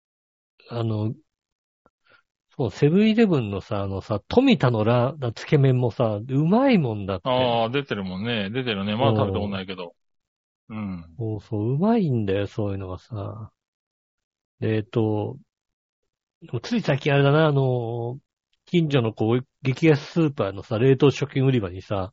そう、セブンイレブンのさ、富田のつけ麺もさ、うまいもんだって。 出てるもんね。出てるね。まだ食べたことないけど。 そうそう、うまいんだよ、そういうのがさ。つい最近あれだな、近所の激安スーパーのさ、冷凍食品売り場にさ、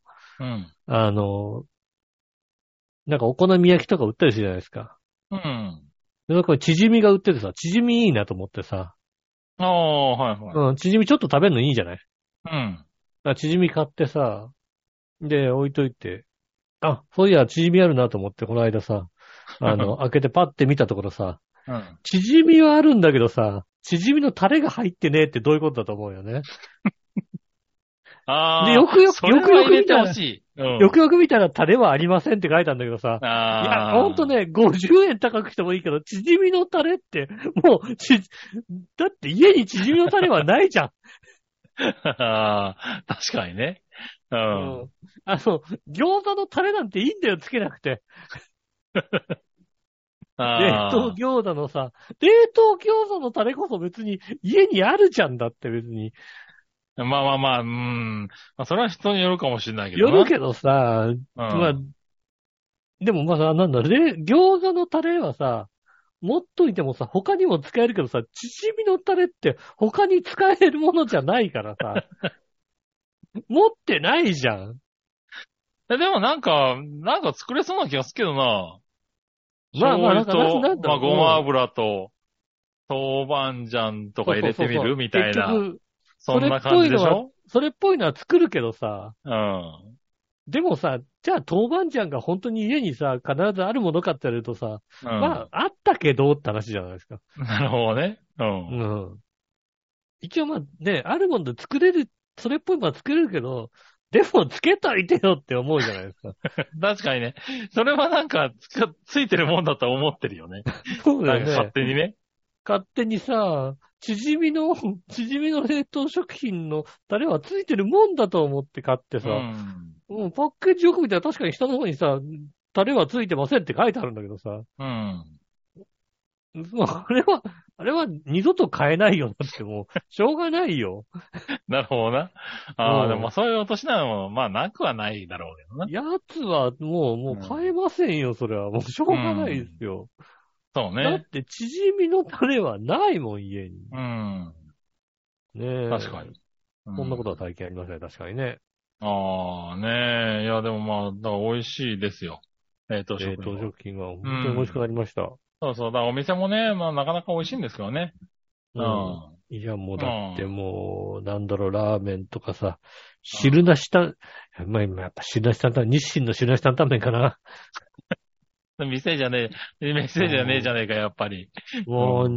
なんかお好み焼きとか売ったりするじゃないですか。で、これチヂミが売っててさ、チヂミいいなと思ってさ。チヂミちょっと食べるのいいじゃない。チヂミ買ってさ、で、置いといて。そういや、チヂミあるなと思って、この間さ、開けてパッて見たところさ、チヂミはあるんだけどさ、チヂミのタレが入ってねえってどういうことだと思うよね。で、よくよく見たら、よくよく見たらタレはありませんって書いたんだけどさ、いや、ほんとね、50円高くしてもいいけど、チヂミのタレって、もう、だって家にチヂミのタレはないじゃん。 確かにね。 餃子のタレなんていいんだよ、つけなくて。冷凍餃子のさ、冷凍餃子のタレこそ別に家にあるじゃんだって別に。 まあ、それは人によるかもしれないけど。 よるけどさ、でもまあなんだ、餃子のタレはさ、持っといてもさ、他にも使えるけどさ、チヂミのタレって他に使えるものじゃないからさ、持ってないじゃん。 でもなんか作れそうな気がするけどな。 まあ、 ごま油と、豆板醤とか入れてみるみたいな。結局、そんな感じでしょ？ それっぽいのは作るけどさ。でもさ、じゃあ豆板醤が本当に家にさ、必ずあるものかって言われるとさ、まあ、あったけどって話じゃないですか。 なるほどね。 一応まあね、あるもので作れる、それっぽいものは作れるけど、でもつけといてよって思うじゃないですか。 確かにね。それはなんかついてるもんだと思ってるよね。 そうだよね。 勝手にね。 勝手にさ、チヂミの冷凍食品のタレはついてるもんだと思って買ってさ、パッケージよく見たら確かに下の方にさ、タレはついてませんって書いてあるんだけどさ、あれは二度と買えないよだってもう、しょうがないよ。 なるほどな。でもそういう落としなのも、まあなくはないだろうけどな。 やつはもう買えませんよ、それは。もうしょうがないですよ。 そうね。 だって、チヂミのタレはないもん、家に。ねえ。 確かに。 そんなことは最近ありませんね、確かにね。 ねえ。いや、でもまあ、だから美味しいですよ。 冷凍食冷凍品は。 食品は本当に美味しくなりました。 そうそう。だからお店もね、まあなかなか美味しいんですけどね。 うん。いや、もうだってうんもう、なんだろう、ラーメンとかさ、汁なし担、まあ今やっぱ汁なし担々、日清の汁なし担々麺かな。 店じゃねえ、店じゃねえじゃねえか、やっぱり。 もう、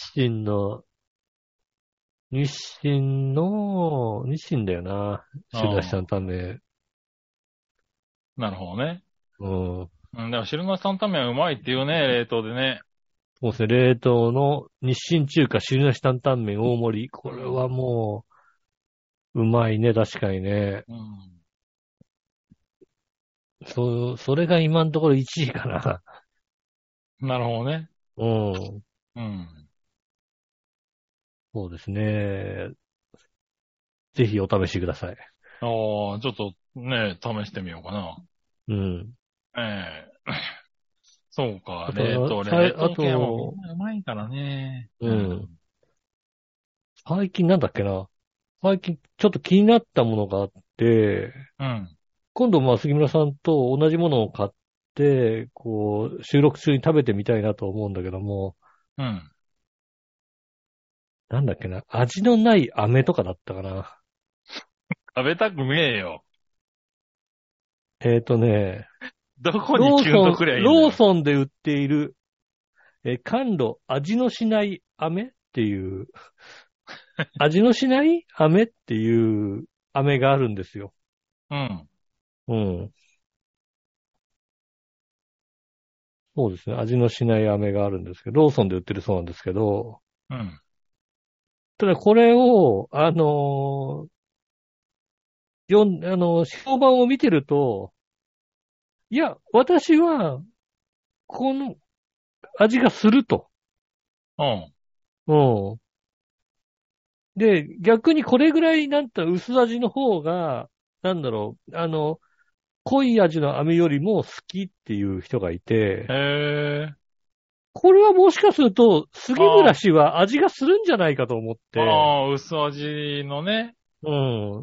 日清だよな。汁なし担々麺。 なるほどね。 うん。 うん、でも汁なし担々麺うまいっていうね、冷凍でね。 そうですね、冷凍の日清中華汁なし担々麺大盛り。これはもう、うまいね、確かにね。 うん。 それが今のところ1位かな。 なるほどね。 うん。 うん。 そうですね。ぜひお試しください。 ああ、ちょっとね、試してみようかな。 うん。 ええそうか、 あと、 冷凍系もみあと、 んなうまいからね。 うん。最近なんだっけな。最近ちょっと気になったものがあって、 うん。 今度杉村さんと同じものを買って、収録中に食べてみたいなと思うんだけども、 うん。 なんだっけな。味のない飴とかだったかな。 食べたくねえよ。 ね、 どこにキュンとくりゃいいんだローよ。 ソンで売っている、甘露味のしない飴っていう、味のしない飴っていう飴があるんですよ。 うん。 うん。そうですね。味のしない飴があるんですけど、ローソンで売ってるそうなんですけど、 うん。 ただこれを、評判を見てると、いや、私は、この味がすると。 うん。 うん。で、逆にこれぐらいなんた薄味の方が、なんだろう、濃い味の飴よりも好きっていう人がいて、 へえ。 これはもしかすると、杉あ村氏は味がするんじゃないかと思っあ、 て、 ああ、薄味のね。 うん。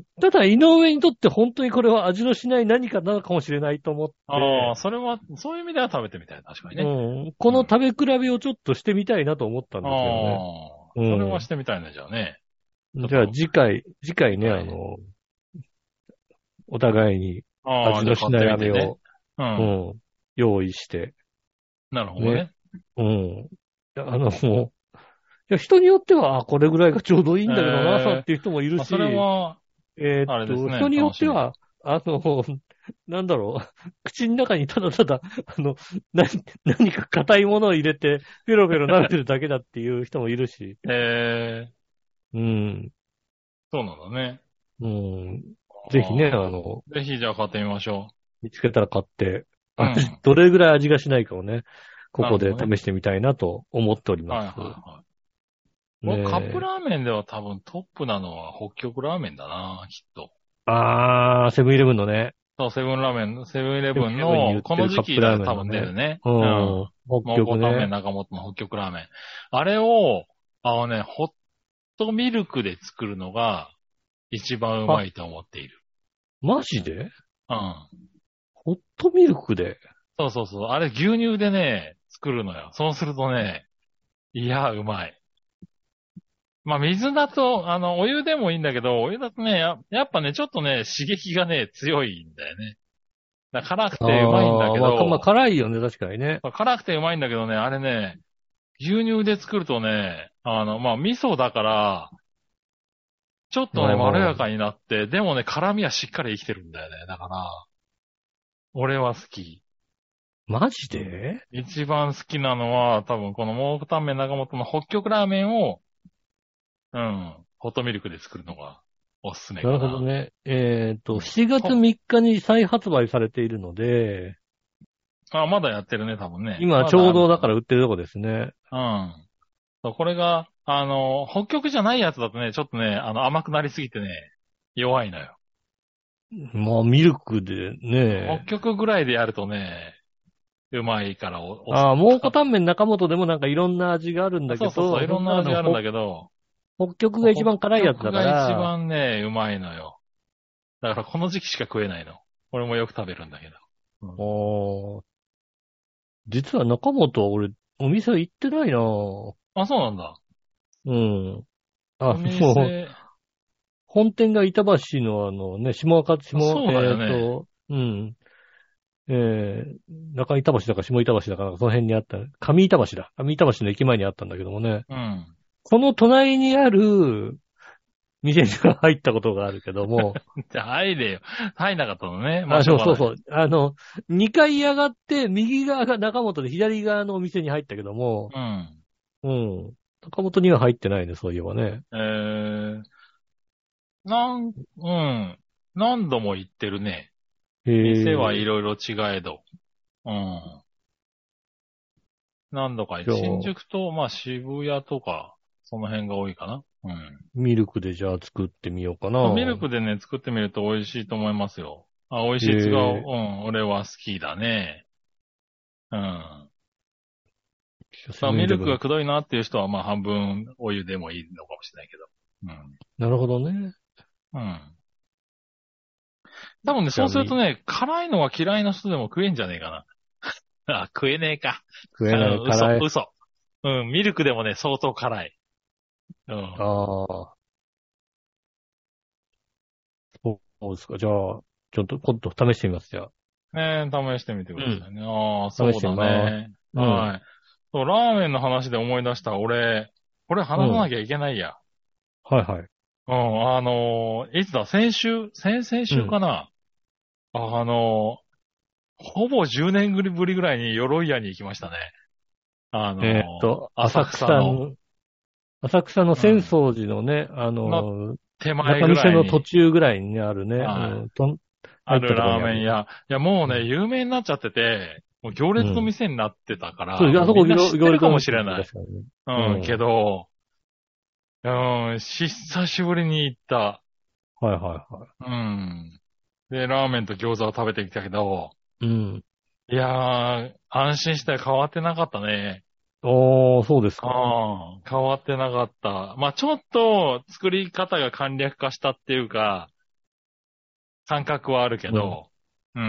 ただ、井上にとって本当にこれは味のしない何かなのかもしれないと思っああ、 て、 それは、そういう意味では食べてみたい。確かにうね。 ん。このうん。 食べ比べをちょっとしてみたいなと思ったんあですよね。 あ、 うそれはしん。 てみたいね、じゃあね。ちょっじゃあと、 次回ね、 はい。 お互いにああ、 味のしないじゃあ買ってみてね。 飴を、 うん。 うん、用意して、 なるほどね。 ね。 うん。いやもう、いや人によっては、これぐらいがちょうどいいんだけどな、 ええっていう人もいるまあ、それし、 は、あれですね。 人によっ楽しみだ。 ては、なんだろう、口の中にただただ、何か硬いものを入れて、ペロペロ舐めてるだけだっていう人もいるし、 ええうん、 そうなんだね。 うん、ぜひね、 ああ、ぜひじゃあ買ってみましょ見つけたら買って、 う。うん。 どれぐらい味がしないかをね、ここでなるほどね。 試してみたいなと思っておりまはいす。 はいはい。 ね僕、カップえ。 ラーメンでは多分トップなのは北極ラーメンだな、きっと。 セブンイレブンのね、 そう、セブンラーメン、セブンイレセブンイレブンに売ブンの、このってるカップ時期だよ、多分ラーメンのね、 出るね。 ううん。 ん、北蒙古タンメン極ね。 中本の北極ラーメン。あれを、ホットミルクで作るのが一番うあ、 まいと思っている。 マジでうん。 ホットミルクで。 そうそうそう。あれ牛乳でね、作るのよ。そうするとね、いや、うまい。まあ、水だと、お湯でもいいんだけど、お湯だとね、やっぱね、ちょっとね、刺激がね、強いんだよね。だから辛くてうまいんだけまあ、 ど、 辛いよね、確かにね。 辛くてうまいんだけどね、あれね、牛乳で作るとね、まあ、味噌だから、ちょっとね、まろやかになって、でもね、辛味はしっかり生きてるんだよね。だから、俺は好き。 マジで一番好きなのは、多分この蒙古タンメン中本の北極ラーメンを、うん、ホットミルクで作るのがおすすめなるほかな。 どね。 うん 7月3日に再発売されているので、 あ、まだやってるね、多分ね。 今ちょうどだから売ってるとこですね。 うん。そうこれが、北極じゃないやつだとね、ちょっとね、甘くなりすぎてね、弱いのよ。 まあ、ミルクで北ね。 極ぐらいでやるとね、うまいから蒙古タンメン中本でもなんかいろんな味があるんだけど、 そうそうそう、いろんな味があるんだけど、 北極が一番辛いやつだか北極が一ら、 番ね、うまいのよ。だからこの時期しか食えないの。俺もよく食べるんだけど。うんおー実は中本は俺、お店行ってないなぁ。 あ、そうなんだ。 うん。あ、 おもう、 店、 本店が板橋のね、 そうだよね。 うん。中板橋だか下板橋だか、その辺にあった、上板橋だ。上板橋の駅前にあったんだけどもね。 うん。 この隣にある店には入ったことがあるけども、 じゃあ入れよ。入んなかったのね。まあ、しょそううがない。 そうそう。2階上がって、右側が中本で左側のお店に入ったけども、 うん。 うん。中本には入ってないね、そういえばね。 うん。何度も行ってるね。 へ店はいえ。 ろいろ違えど。うん。何度かじゃあ、 新宿と、まあ渋谷とか、その辺が多いかな。うん。 ミルクでじゃあ作ってみようかな。 まあミルクでね、作ってみると美味しいと思いますよ。あ、美味しいつが、うへえ。 ん、俺は好きだね。うん。 久しまあミルクがぶりにでも。 くどいなっていう人は、まあ半分お湯でもいいのかもしれないけど。 なるほどね。 うん。うん。多分ね、そうじゃあ、 するとね、辛いのが嫌いな人でも食えんじゃねえかな。あ、食えねえか。 食えない、 嘘、 辛い。 嘘。うん、ミルクでもね、相当辛い。うん。 ああ、そうですか。じゃあ、ちょっと今度試してみます、じゃあ。 ねえ、試してみてくうん。 ださいね。ああ、そう試してみだます。 ね。 うん。 はい。そう、ラーメンの話で思い出した。俺、これうん。 話さなきゃいけないや。 はいはい。 うん、いつだ、先々 うん。 週かな。ほぼ10年ぶりぐらいに鎧屋に行きましたね。浅草の、 浅草の浅うん、 草寺のね、 の手前中見世の途ぐらいに、 中ぐらいにねあるね、 はい、あ入ったるところにある。 ラーメン屋。いや、もうね、 うん。 有名になっちゃってて、もう行列のうん。 店になってたかそう、 ら、もうあそこみんな知ってるかも行列になってるしれない。 確かにね。 うん、けうん。 ど、うん、久しぶりに行った。 はいはいはうん。で、ラーメンと餃子を食べてきたけど、 い。うん。 いやー、安心して変わってなかったね。 ああ、そうですか。 ああ、変わってなかった。まあ、ちょっと作り方が簡略化したっていうか、感覚はあるけうん。 ど、うん。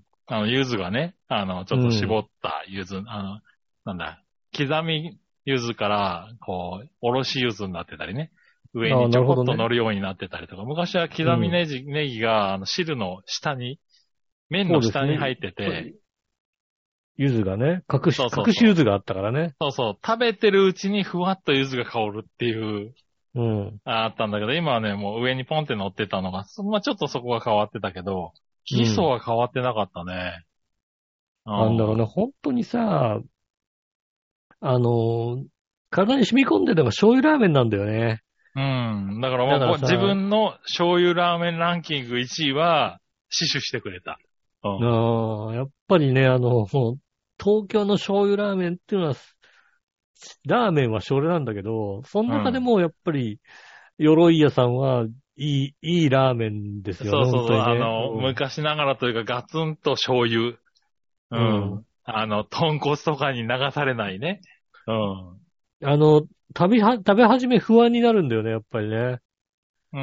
柚子がね、ちょっと絞うん。 った柚子、なんだ、刻み柚子から、こう、おろし柚子になってたりね。上ああ、 にちょこっなるほどね。 と乗るようになってたりとか、昔は刻うん。 みネギが、汁の下に、麺のそうですね。 下に入ってて、 柚子がね、 そうそう隠しそう。 柚子があったからね。 そうそう。食べてるうちにふわっと柚子が香るっていう、 うん。 あったんだけど、今はね、もう上にポンって乗ってたのが、まあ、ちょっとそこが変わってたけど、基礎うん。 は変わってなかったね。うなんだろうね、 ん。 本当にさ、あの、体に染み込んでるのが醤油ラーメンなんだよね。 うん。だからだからもう、自さ、 分の醤油ラーメンランキング1位は、死守してくれた。うん。 やっぱりね、もう東京の醤油ラーメンっていうのは、ラーメンは醤油なんだけど、そのうん。 中でもやっぱり、鎧屋さんいいラーメンですよね、 そうそうそう。 本当にね。 昔ながらというかガツンと醤油。ううん。うん。 ん。豚骨とかに流されないね。うん。 あの、食べ始め不安になるんだよね、やっぱりね。 うん。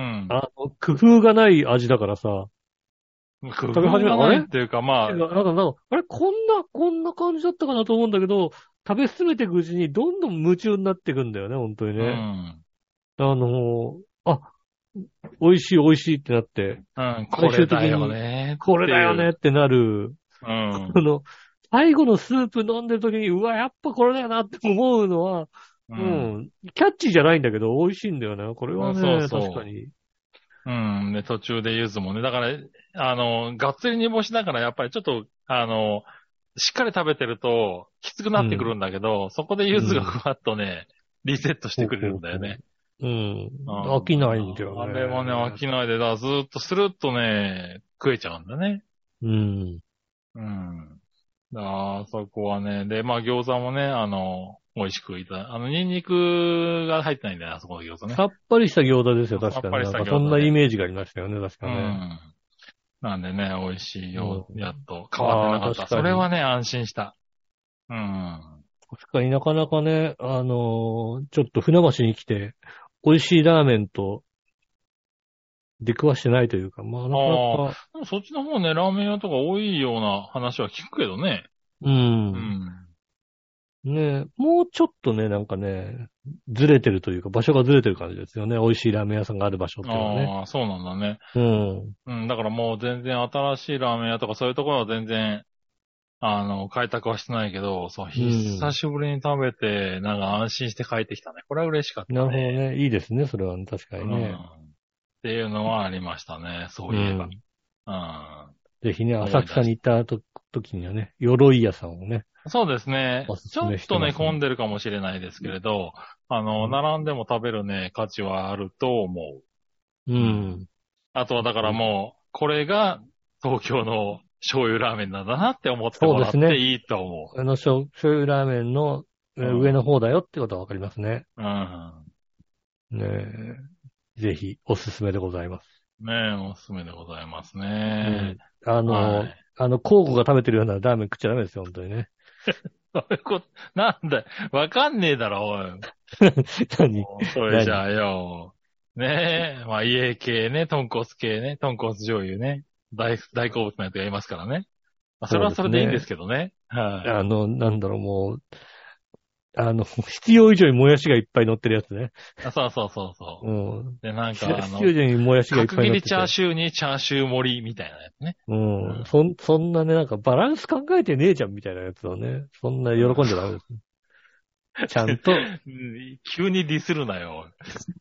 工夫がない味だからさ。 工食べ始め、 夫があれないっていうか、まあ、 あれこんな感じだったかなと思うんだけど、食べ進めていくうちにどんどん夢中になっていくんだよね、本当にうね。 ん。 あ、美味しい美味しいってなって、 うん、こ最れだよ終的に、 ねこれだよっていう。 ねってなる、 うん。 あの、最後のスープ飲んでる時に、うわ、やっぱこれだよなって思うのは、ううん。 ん、キャッチーじゃないんだけど、美味しいんだよね。これうん、そうはね、確かそに。 う。うん。で、途中で柚子もね。だから、がっつり煮干しだからやっぱりちょっと、しっかり食べてるときつくなってくるうん、 んだけど、そこで柚子がうん。 ふわっとね、リセットしてくれるんだよね。 うん。 う飽きないんん。 だよあれもね、飽ね。 きないで、だからずーっとスルッとね、食えちゃうんだね。 うん。 うん。そこはね。で、まあ餃子もね、美味しくニンニクが入ってないんだよね、あそこの餃子ね。 さっぱりした餃子ですよ、確かに。 さっぱりしたそんなイ餃子で。 メージがありましたよね、確うかね。 ん。なんでね、美味しいよ、 うん。 やっと変わってああ、 なかった。 確かに。 それはね、安心した。うん。 確かになかなかね、ちょっと船橋に来て、美味しいラーメンと出くわしてないというか、まあなかなああ、 か、 でもそっちの方ね、ラーメン屋とか多いような話は聞くけどね。 ううん。 ん。 ね、もうちょっとね、なんかね、ずれてるというか、場所がずれてる感じですよね。美味しいラーメン屋さんがある場所っていうのはね。 ああ、そうなんだね。 うん。 うん、だからもう全然新しいラーメン屋とかそういうところは全然、開拓はしてないけど、そう、 うん。 久しぶりに食べて、なんか安心して帰ってきたね。これは嬉しかっなるほどたね。 ね。いいですね。それはね、確かにうん。 ね。 っていうのはありましたね。そういえば。 うん。 うん。 ぜひね、浅草思い出しに行った時にはね、鎧屋さんをね、 た。そうですね。 おすすめしてちょっとね、 ますんで。 混んでるかもしれないですけれど、 うん。 並んでも食べるね、価値はあると思うう。うん。 ん。 あとはだからもう、これが東京の醤油ラーメンなんだなって思ってそうもらですね。 っていいと思醤油ラーメンのう。う上のん。 方だよってことはわかりますね。 うん。 ねえ。ぜひ、おすすめでございます。 ねえ、おすすめでございますね。 うん。交互が食べてるようなラーメン食っちゃダメですよ、本当にね。 そういうこと、なんだよ、わかんねえだろ、おい。 何もうそれじゃ何あよ。ねえ、まあ家系ね、豚骨系ね、豚骨醤油ね。大好物のやつがいますからね。まあ、それそうはそれでいいんでですね。 すけどね。はい。 なんだろう、もう、必要以上にもやしがいっぱい乗ってるやつね。 そうそうそうそうん。 う。で、なんか必要以上にもやしがいっ角切りチャーぱい乗ってて。 シューにチャーシュー盛りみたいなやつね。 うん。 うそんなね、なんかバランス考えてねえじゃんみたいなやつをね。そんなん。うん。 喜んじゃダメですね。ちゃんと、 急にディスるなよ。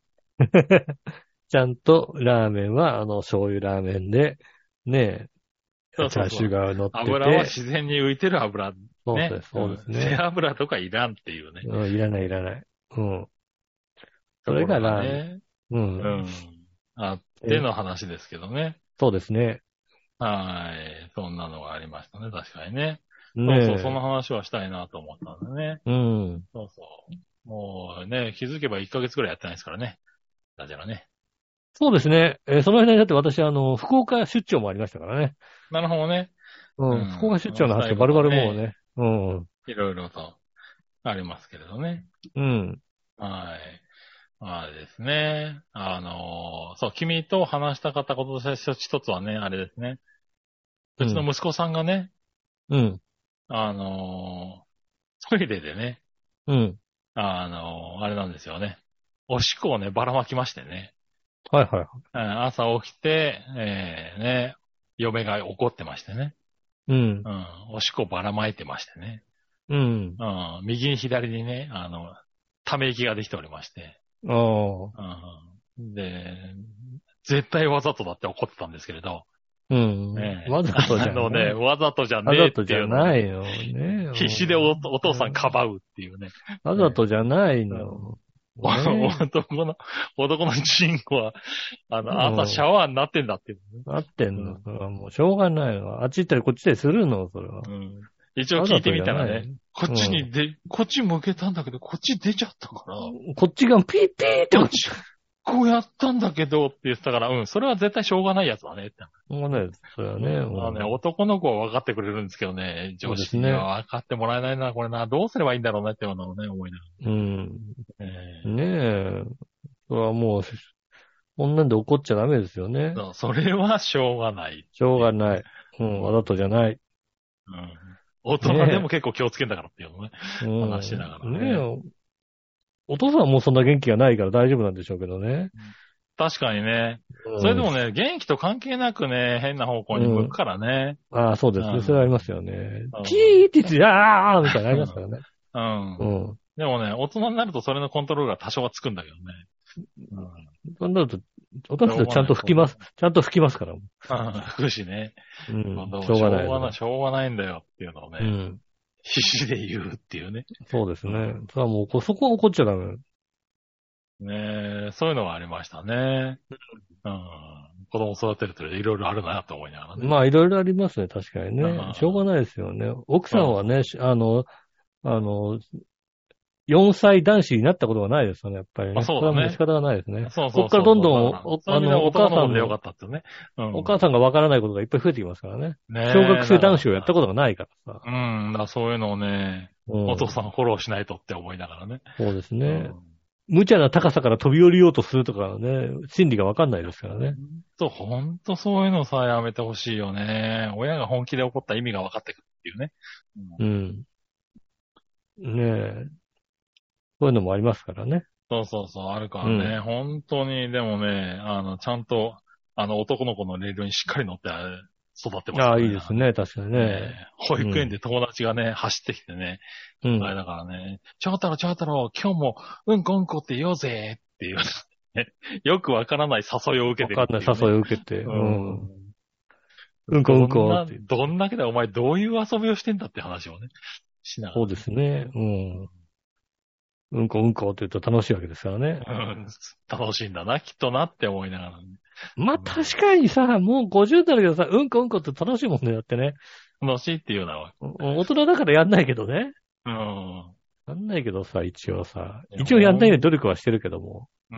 ちゃんとラーメンは、醤油ラーメンで、ねえ、チャーシューそうそうそう。 が乗って油はて、 自然に浮いてる油。ね。 そうです、そうでうん。背すね。 脂とかいらんっていうね。 うん、いらない、いらない。うん。それところがラーメン。 がね。 うん。 うん。あってえ、 の話ですけどね。 そうですね。 はい。そんなのがありましたね。確かにね。そうそう、そのね話はしたいなと思ったんだね。 え。うん。 そうそう。もうね、気づけば1ヶ月くらいやってないですからね。だからね。 そうですね。その間にだって私、福岡出張もありましたからね。 なるほどね。ううん。福岡ん。 出張の話最後がバルバルもうのね、 ね。うん。 いろいろとありますけれどね。 うん。 はい。まあですね。そう、君と話したかったこととして一つはね、あれですね。うちのうん。 息子さんがね、 うん。 あのトイレでね、 うん。 あれなんですよね。おしっこをね、ばらまきましてね。 はいはいはい。 朝起きて、ね、嫁が怒ってましてね。 うん。 うん、おしっこばらまいてましてね。 うん。 うん、右に左にね、ため息ができておりまして。 ああ。 で、絶対わざとだって怒ってたんですけれど、 うん。 ねわざとじゃない。 わざとじゃわねえっざとじゃていうのをね、 ないの。ね必死でお父さんかえ。 ばうっていうね。 わざとじゃないうんの。ね男のチンコは、 え。 朝シャワーになってんだっていうね。 合ってんの。 うん。 それはもうしょうがないの。あっち行ったりこっち行ったりするの、それは。 うん。一応わざと聞いてみじゃない。 たらね、こっち向けたんだけど、こっち出ちゃったから、 こっちがピーピーってこと。しこうやったんだけどって言ってたから、うん、それは絶対しょうがないやつだねって。 ょうがないです。それはね。 まあね、男の子は分かってくれるんですけどね、 そう女子にですね。 は分かってもらえないな、これな、どうすればいいんだろうねっていうのをね、思いながうん。 ら。 ねえ。それはもう、こんなんで怒っちゃダメですよね。 そう、それはしょうがないしょうっていうね。 がない。うん、わざとじゃない。 うん。大人でねも結構気をつけんだからっていうのをね、 え。 話しながうん。ねらね。 え。お父さんはもうそんな元気がないから大丈夫なんでしょうけどね。 確かにね。それうん。 でもね、元気と関係なくね、変な方向にうん。 向くからね。 ああ、そうですね。それはありますようん。 ね。チうーって言って、ああみたいなのありますからね。 ん。うん。 うん。 でもね、大人になるとそれのコントロールが多少はつくんだけどね。うん。 そうなると、お父さんちゃんしょうがない、そういうの。 と吹きます。ちゃんと吹きますから。 うん、吹くしね。 うん。 でもしょうがないですね。 しょうがないんだよっていうのをね、 うん。 必死で言うっていうね。 そうですね。 うんそれはもうそこは怒っちゃダメ。 ねえ、そういうのがありましたね。うん。子供育てるといろいろあるなと思いながらね。 まあ、いろいろありますね。確かにうね。しょうがん。 ないですよね。奥さんはね、 そうそう。 あの、4歳男子になったことがないですよね、やっぱりまあね。それはもう仕そうだね。 方がないですね。 そうそうこっからどんどん、 そうそう。だから、そういう意味ではお男母さんの、 の子でよかったっていうね。うお母ん。 さんがわからないことがいっぱい増えてきますからね。 ね小学え、だか生男子をやったらさ。 ことがないからさ。 うん。だからそういうのをね、 うお父さん。 んフォローしないとって思いながらね。 そうですね。 うん。 無茶な高さから飛び降りようとするとかね、心理がわかんないですからね。 ほんとそういうのさ、やめてほしいよね。親が本気で怒った意味が分かってくるっていうね。うん。 うん。 ねえ、そういうのもありますからね。 そうそうそう、あるからね。本当に、でもね、ちゃんと、男の子のレールにしっかり乗って育ってますああ、 からね。 いいですね。確かにね。 保育園で友達がね、走ってきてね、あれだからね、長太郎、長太郎、今日もうんこうんこって言おうぜっていう、ね、よくわからない誘いを受けてるわかんない誘いを受けて。うんこうんこって。 どんだけでお前どういう遊びをしてんだって話をね、しながら、 そうですね。うんこうんこって言うと楽しいわけですからね。 楽しいんだな、きっとなって思いながらね。 まあ、確かにさ、もう50だけどさ、うんこうんこって楽しいもんね、だってね。 楽しいっていうのは。 大人だからやんないけどね。 うん。 やんないけどさ、一応やんないように努力はしてるけども。 うん。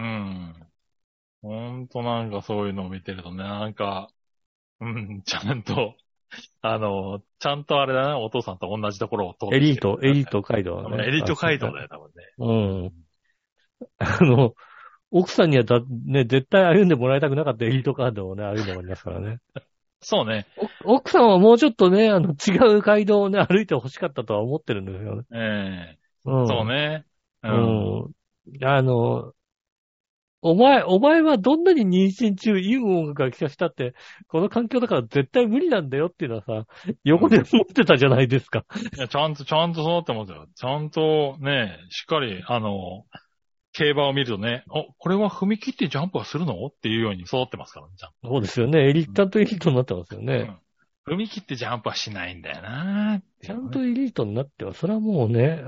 ほんとなんかそういうのを見てるとね、なんか、ちゃんと、ちゃんとあれだな、お父さんと同じところを通ってエリート街道はね。 エリート街道だよ、多分うん。 ね。 奥さんにはね、絶対歩んでもらいたくなかったエリート街道をね、歩いてもらいますからね。 そうね。 奥さんはもうちょっとね、違う街道をね、歩いて欲しかったとは思ってるんですよね。 そうね。 お前はどんなに妊娠中いい音楽が聴かしたって、この環境だから絶対無理なんだよっていうのはさ、横で思ってたじゃないですか。 いや、ちゃんとそうってますよ。ちゃんとね、しっかり、競馬を見るとね、これは踏み切ってジャンプはするのっていうように育ってますからね、ちゃんと。 そうですよね。ちゃんとエリートになってますよね。 踏み切ってジャンプはしないんだよな、 ちゃんとエリートになっては、それはもうね、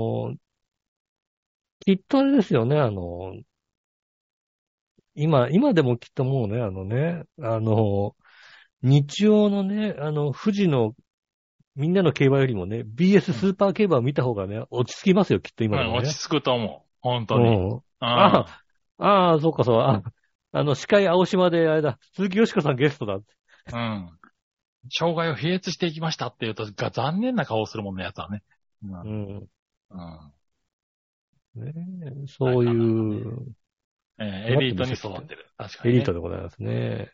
きっとあれですよね、今でもきっともうね、日曜のね、富士のみんなの競馬よりもね、BS スーパー競馬を見た方がね、落ち着きますよ、きっと今でもね。 落ち着くと思う。本当に。 そうかそう。司会青島であれだ、鈴木よしこさんゲストだ。 障害を飛躍していきましたって言うと、残念な顔をするもんね、やつはね。 そういう、 エリートに育ってる。確かに、 エリートでございますね。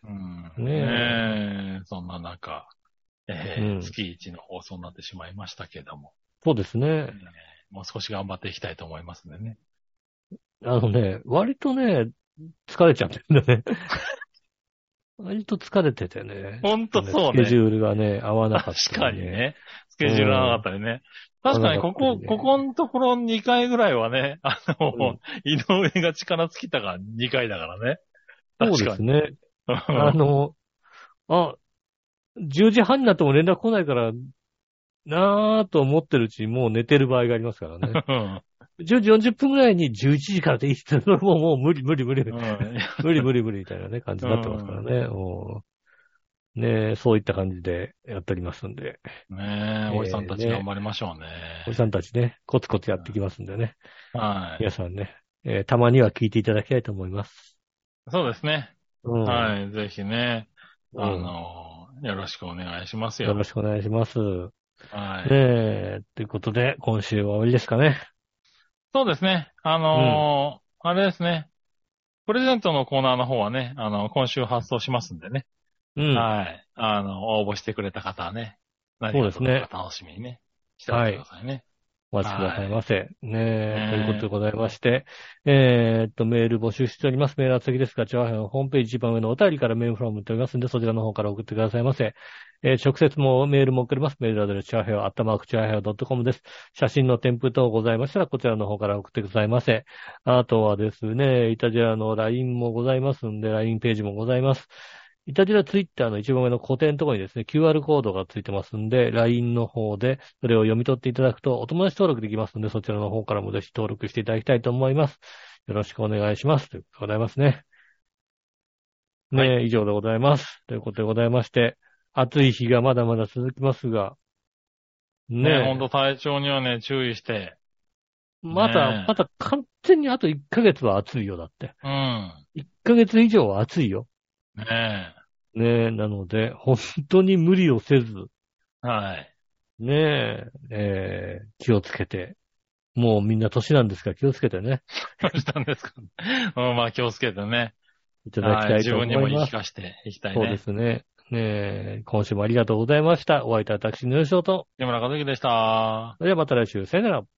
そんな中、月一の放送になってしまいましたけども。 そうですね。 もう少し頑張っていきたいと思いますんでね。 割とね、疲れちゃってるんだね。割と疲れててね。 ほんとそうね。 スケジュールがね、合わなかった、 確かにね。スケジュール合わなかったりね。確かにここのところ2回ぐらいはね、井上が力尽きたが2回だからね。 そうですね。10時半になっても連絡来ないから、なぁと思ってるうちにもう寝てる場合がありますからね。10時40分ぐらいに11時からでいいって、もう無理。無理みたいなね、感じになってますからね。ねえ、そういった感じでやっておりますんで。 ねえ、おじさんたち頑張りましょうね。 おじさんたちね、コツコツやってきますんでね。 はい。 皆さんね、たまには聞いていただきたいと思います。 そうですね。はい、ぜひね、よろしくお願いしますよ。 よろしくお願いします。 はい。 ということで、今週は終わりですかね。 そうですね。あれですね。プレゼントのコーナーの方はね、今週発送しますんでね。はい。応募してくれた方はね、何が届くか楽しみにね、しておいてくださいね。 お待ちくださいませ。ということでございまして、メール募集しております。メールは次ですが、チャーハンホームページ一番上のお便りからメールフォームっておりますんで、そちらの方から送ってくださいませ。直接もメールも送れます。メールアドレス、チャーハン、@chaheo.com です。写真の添付等ございましたら、こちらの方から送ってくださいませ。あとはですね、イタジェラの LINE もございますんで、LINE ページもございます。イタジラツイッターの一番上の固定のところにですね、QR コードがついてますんで、LINE の方でそれを読み取っていただくとお友達登録できますので、そちらの方からもぜひ登録していただきたいと思います。よろしくお願いします。ということでございますね。ねえ、以上でございます。ということでございまして、暑い日がまだまだ続きますが、 ねえ、ほんと体調にはね、注意して。 また完全にあと1ヶ月は暑いよ、だって。 1 ヶ月以上は暑いよ。 ねえ。 ねえ、なので、本当に無理をせず。 はい。 ねえ、気をつけて。もうみんな年なんですから気をつけてね。 年なんですかまあ気をつけてね。 いただきたいと思います。 自分にも言い聞かせていきたいね。 そうですね。ねえ、今週もありがとうございました。お会いいたい私のよしおと。 山中和樹でした。 それではまた来週。さよなら。